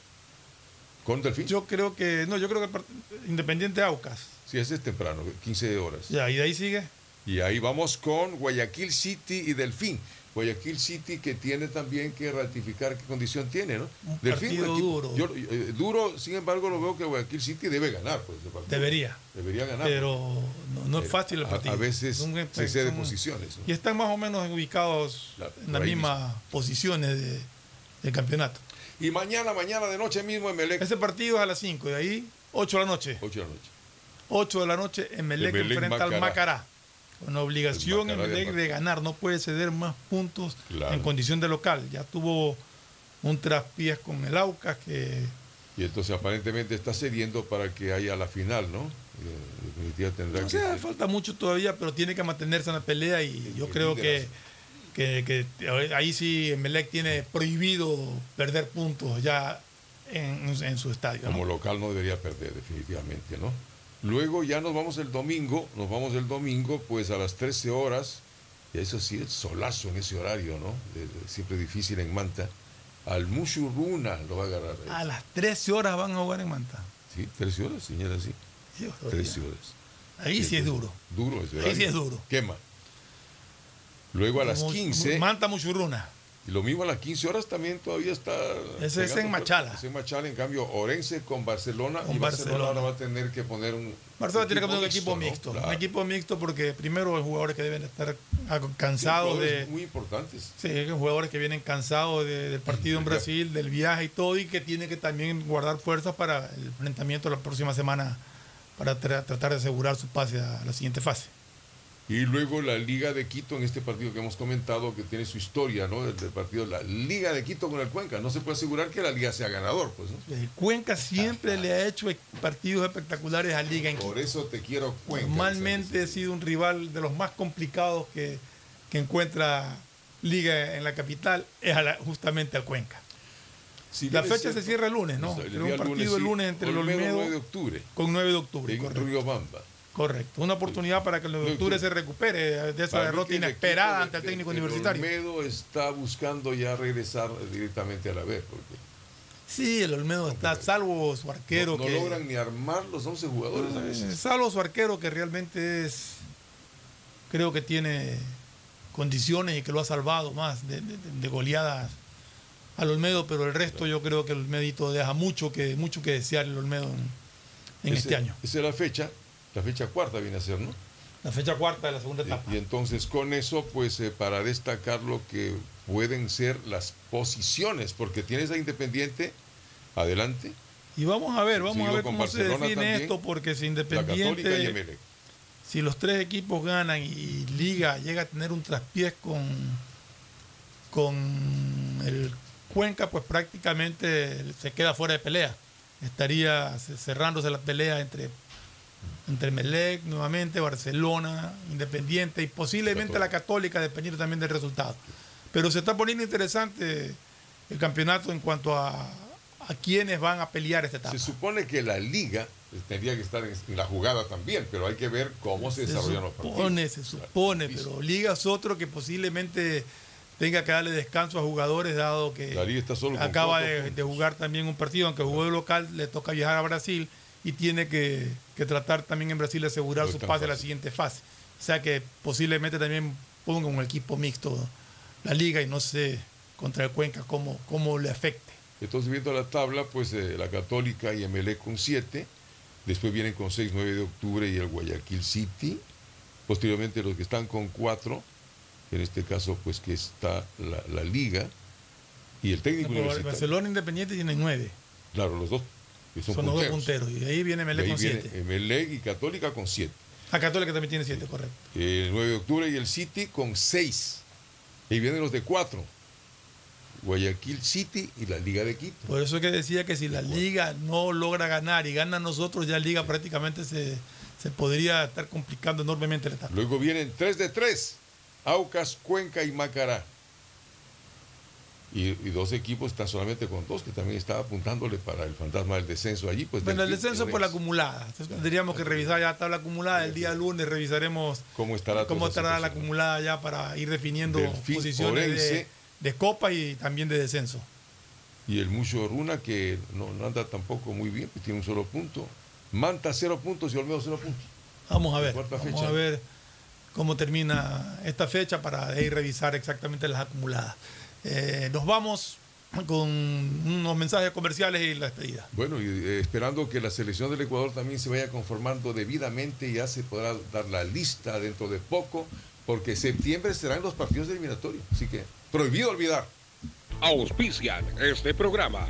¿Con Delfín? Yo creo que, no, yo creo que Independiente Aucas. Sí, ese es temprano, quince horas. Ya, y de ahí sigue. Y ahí vamos con Guayaquil City y Delfín. Guayaquil City que tiene también que ratificar qué condición tiene, ¿no? Un Delfín, partido equipo, duro. Yo, eh, duro, sin embargo, lo veo que Guayaquil City debe ganar. Pues, ese partido. Debería. Debería ganar. Pero no, no es fácil el partido. A, a veces un, se cede posiciones. ¿No? Y están más o menos ubicados la, en las mismas mismo. posiciones de, del campeonato. Y mañana, mañana de noche mismo Emelec. Ese partido es a las cinco, de ahí ocho de la noche. ocho de la noche. ocho de la noche Emelec enfrenta Macará. al Macará. Con la obligación Emelec de ganar, no puede ceder más puntos claro. en condición de local. Ya tuvo un traspiés con el Aucas que... Y entonces aparentemente está cediendo para que haya la final, ¿no? Eh, definitivamente tendrá O que sea, ser. falta mucho todavía, pero tiene que mantenerse en la pelea y yo creo que, que, que ahí sí Emelec tiene prohibido perder puntos ya en, en su estadio, ¿no? Como local no debería perder, definitivamente, ¿no? Luego ya nos vamos el domingo, nos vamos el domingo pues a las trece horas, y eso sí es solazo en ese horario, ¿no? De, de, siempre difícil en Manta. Al Mushurruna lo va a agarrar. Ahí. A las trece horas van a jugar en Manta. Sí, trece horas, señora, sí. Sí, trece horas. Ahí sí, sí es duro. Duro ese horario. Ahí sí es duro. Quema. Luego a las quince. Manta Mushurruna. Y lo mismo a las quince horas también todavía está. Ese es en Machala. Es en Machala, en cambio, Orense con Barcelona. Con y Barcelona, Barcelona ahora va a tener que poner un. Barcelona tiene que poner un mixto, equipo ¿no? mixto. Claro. Un equipo mixto porque primero hay jugadores que deben estar cansados sí, de. Muy importantes. Sí, hay jugadores que vienen cansados de, del partido en Brasil, del viaje y todo, y que tienen que también guardar fuerzas para el enfrentamiento la próxima semana para tra tratar de asegurar su pase a la siguiente fase. Y luego la Liga de Quito en este partido que hemos comentado, que tiene su historia, ¿no? Del, del partido, la Liga de Quito con el Cuenca. No se puede asegurar que la Liga sea ganador, pues, ¿no? El Cuenca siempre ah, le ha hecho partidos espectaculares a Liga en Quito. Por eso te quiero Cuenca. Normalmente ha sido un rival de los más complicados que, que encuentra Liga en la capital, es a la, justamente al Cuenca. Si la fecha se cierra el lunes, ¿no? El, el un partido lunes, el lunes entre el Olmedo nueve de octubre. Con nueve de octubre. En Riobamba. Correcto, una oportunidad para que el nueve de octubre se recupere de esa derrota inesperada ante el técnico el universitario. Olmedo está buscando ya regresar directamente a la B. Porque sí, el Olmedo está, salvo su arquero. No, no que logran ni armar los once jugadores a veces. Salvo su arquero que realmente es, creo que tiene condiciones y que lo ha salvado más de, de, de goleadas al Olmedo, pero el resto yo creo que el Olmedito deja mucho que, mucho que desear el Olmedo en, en Ese, este año. Esa es la fecha. La fecha cuarta viene a ser, ¿no? La fecha cuarta de la segunda etapa. Y, y entonces con eso, pues eh, para destacar lo que pueden ser las posiciones, porque tienes a Independiente adelante. Y vamos a ver, vamos a ver cómo Barcelona se define también, esto, porque si Independiente, si los tres equipos ganan y Liga llega a tener un traspiés con, con el Cuenca, pues prácticamente se queda fuera de pelea. Estaría cerrándose la pelea entre entre Emelec, nuevamente Barcelona, Independiente y posiblemente Católica. La Católica, dependiendo también del resultado. Pero se está poniendo interesante el campeonato en cuanto a, a quiénes van a pelear esta etapa. Se supone que la Liga tendría que estar en, en la jugada también, pero hay que ver cómo se, se desarrollan los partidos. Se supone, pero Liga es otro que posiblemente tenga que darle descanso a jugadores, dado que la Liga está solo acaba de, de jugar también un partido, aunque jugó de local, le toca viajar a Brasil y tiene que, que tratar también en Brasil de asegurar no su pase a la siguiente fase. O sea que posiblemente también ponga un equipo mixto la Liga y no sé contra el Cuenca cómo, cómo le afecte. Entonces, viendo la tabla, pues eh, la Católica y Emelec con siete, después vienen con seis, nueve de octubre y el Guayaquil City, posteriormente los que están con cuatro, en este caso pues que está la, la Liga y el técnico no, universitario. Barcelona Independiente tienen nueve. Claro, los dos. Que son son los dos punteros. Y de ahí viene Emelec con siete. Emelec y Católica con siete. La Católica también tiene siete, correcto. El nueve de octubre y el City con seis. Y ahí vienen los de cuatro. Guayaquil City y la Liga de Quito. Por eso es que decía que si la Liga no logra ganar y gana nosotros, ya la Liga prácticamente se, se podría estar complicando enormemente la etapa. Luego vienen tres de tres. Aucas, Cuenca y Macará. Y, y dos equipos están solamente con dos, que también estaba apuntándole para el fantasma del descenso allí. Pues bueno, el descenso por la acumulada. Entonces, tendríamos que revisar ya la tabla acumulada. El día lunes revisaremos cómo estará, cómo estará la acumulada ya para ir definiendo Delfín, posiciones de, de copa y también de descenso. Y el Mushurruna, que no, no anda tampoco muy bien, pues tiene un solo punto. Manta cero puntos y Olmedo cero puntos. Vamos a ver, vamos fecha. a ver cómo termina esta fecha para ir revisar exactamente las acumuladas. Eh, nos vamos con unos mensajes comerciales y la despedida. Bueno, y eh, esperando que la selección del Ecuador también se vaya conformando debidamente, ya se podrá dar la lista dentro de poco, porque septiembre serán los partidos eliminatorios, así que prohibido olvidar. Auspician este programa.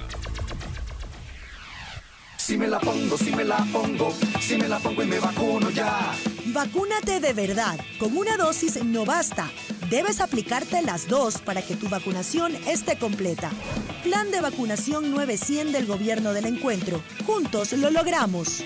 Si me la pongo, si me la pongo, si me la pongo y me vacuno ya. Vacúnate de verdad. Con una dosis no basta. Debes aplicarte las dos para que tu vacunación esté completa. Plan de vacunación nueve cien del Gobierno del Encuentro. Juntos lo logramos.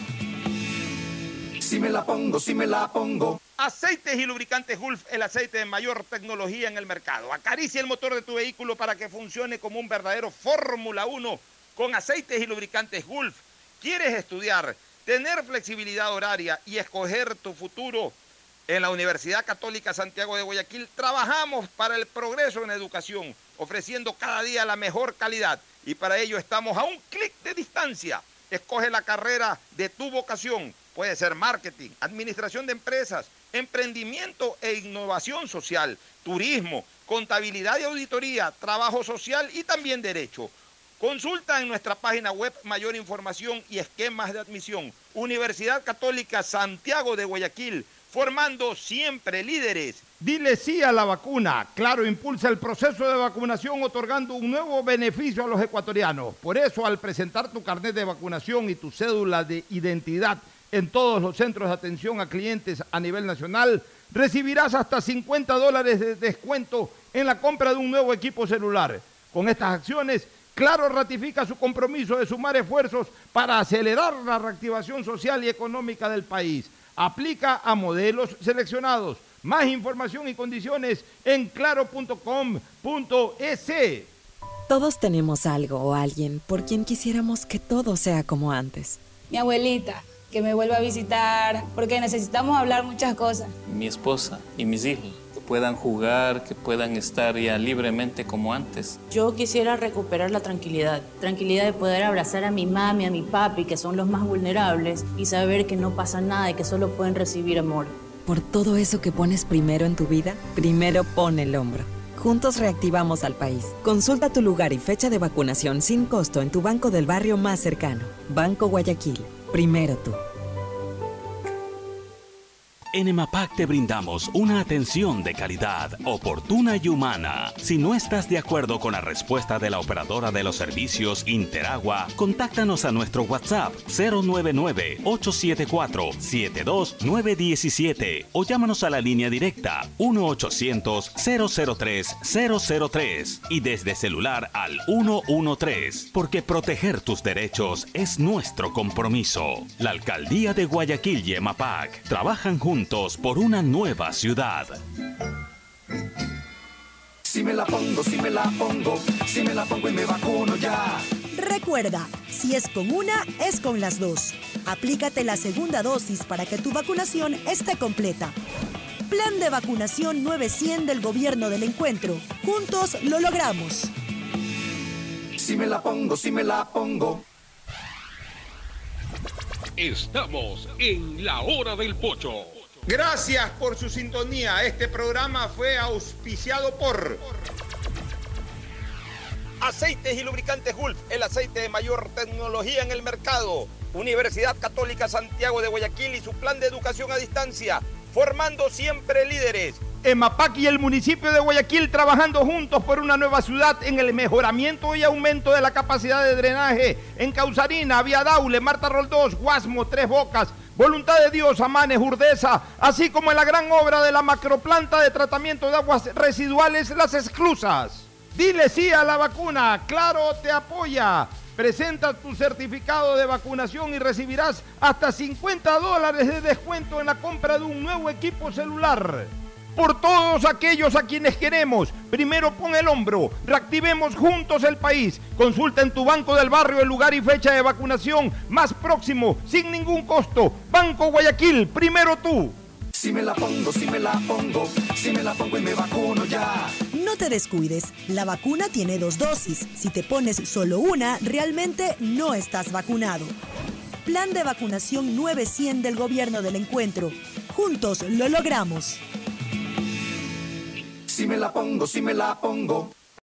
Si me la pongo, si me la pongo. Aceites y lubricantes Gulf, el aceite de mayor tecnología en el mercado. Acaricia el motor de tu vehículo para que funcione como un verdadero Fórmula uno con aceites y lubricantes Gulf. ¿Quieres estudiar, tener flexibilidad horaria y escoger tu futuro? En la Universidad Católica Santiago de Guayaquil trabajamos para el progreso en educación, ofreciendo cada día la mejor calidad. Y para ello estamos a un clic de distancia. Escoge la carrera de tu vocación. Puede ser marketing, administración de empresas, emprendimiento e innovación social, turismo, contabilidad y auditoría, trabajo social y también derecho. Consulta en nuestra página web mayor información y esquemas de admisión. Universidad Católica Santiago de Guayaquil, formando siempre líderes. Dile sí a la vacuna. Claro, impulsa el proceso de vacunación otorgando un nuevo beneficio a los ecuatorianos. Por eso, al presentar tu carnet de vacunación y tu cédula de identidad en todos los centros de atención a clientes a nivel nacional, recibirás hasta cincuenta dólares de descuento en la compra de un nuevo equipo celular. Con estas acciones, Claro ratifica su compromiso de sumar esfuerzos para acelerar la reactivación social y económica del país. Aplica a modelos seleccionados. Más información y condiciones en claro punto com punto es. Todos tenemos algo o alguien por quien quisiéramos que todo sea como antes. Mi abuelita, que me vuelva a visitar, porque necesitamos hablar muchas cosas. Mi esposa y mis hijos, que puedan jugar, que puedan estar ya libremente como antes. Yo quisiera recuperar la tranquilidad, tranquilidad de poder abrazar a mi mami, a mi papi, que son los más vulnerables, y saber que no pasa nada y que solo pueden recibir amor. Por todo eso que pones primero en tu vida, primero pon el hombro. Juntos reactivamos al país. Consulta tu lugar y fecha de vacunación sin costo en tu banco del barrio más cercano. Banco Guayaquil. Primero tú. En EMAPAC te brindamos una atención de calidad, oportuna y humana. Si no estás de acuerdo con la respuesta de la operadora de los servicios Interagua, contáctanos a nuestro WhatsApp cero nueve nueve, ocho siete cuatro, siete dos nueve uno siete o llámanos a la línea directa uno ochocientos, cero cero tres, cero cero tres y desde celular al uno uno tres, porque proteger tus derechos es nuestro compromiso. La Alcaldía de Guayaquil y EMAPAC trabajan juntos por una nueva ciudad. Si me la pongo, si me la pongo, si me la pongo y me vacuno ya. Recuerda, si es con una, es con las dos. Aplícate la segunda dosis para que tu vacunación esté completa. Plan de vacunación nueve cien del Gobierno del Encuentro. Juntos lo logramos. Si me la pongo, si me la pongo. Estamos en la hora del pocho. Gracias por su sintonía. Este programa fue auspiciado por Aceites y Lubricantes Gulf, el aceite de mayor tecnología en el mercado. Universidad Católica Santiago de Guayaquil y su plan de educación a distancia, formando siempre líderes. EMAPAC y el municipio de Guayaquil trabajando juntos por una nueva ciudad en el mejoramiento y aumento de la capacidad de drenaje en Causarina, Vía Daule, Marta Roldós, Guasmo, Tres Bocas, Voluntad de Dios, Amanes, Urdesa, así como en la gran obra de la macroplanta de tratamiento de aguas residuales Las Esclusas. Dile sí a la vacuna, Claro te apoya. Presenta tu certificado de vacunación y recibirás hasta cincuenta dólares de descuento en la compra de un nuevo equipo celular. Por todos aquellos a quienes queremos, primero pon el hombro, reactivemos juntos el país. Consulta en tu banco del barrio el lugar y fecha de vacunación más próximo, sin ningún costo. Banco Guayaquil, primero tú. Si me la pongo, si me la pongo, si me la pongo y me vacuno ya. No te descuides, la vacuna tiene dos dosis. Si te pones solo una, realmente no estás vacunado. Plan de vacunación nueve cien del Gobierno del Encuentro. Juntos lo logramos. Si me la pongo, si me la pongo.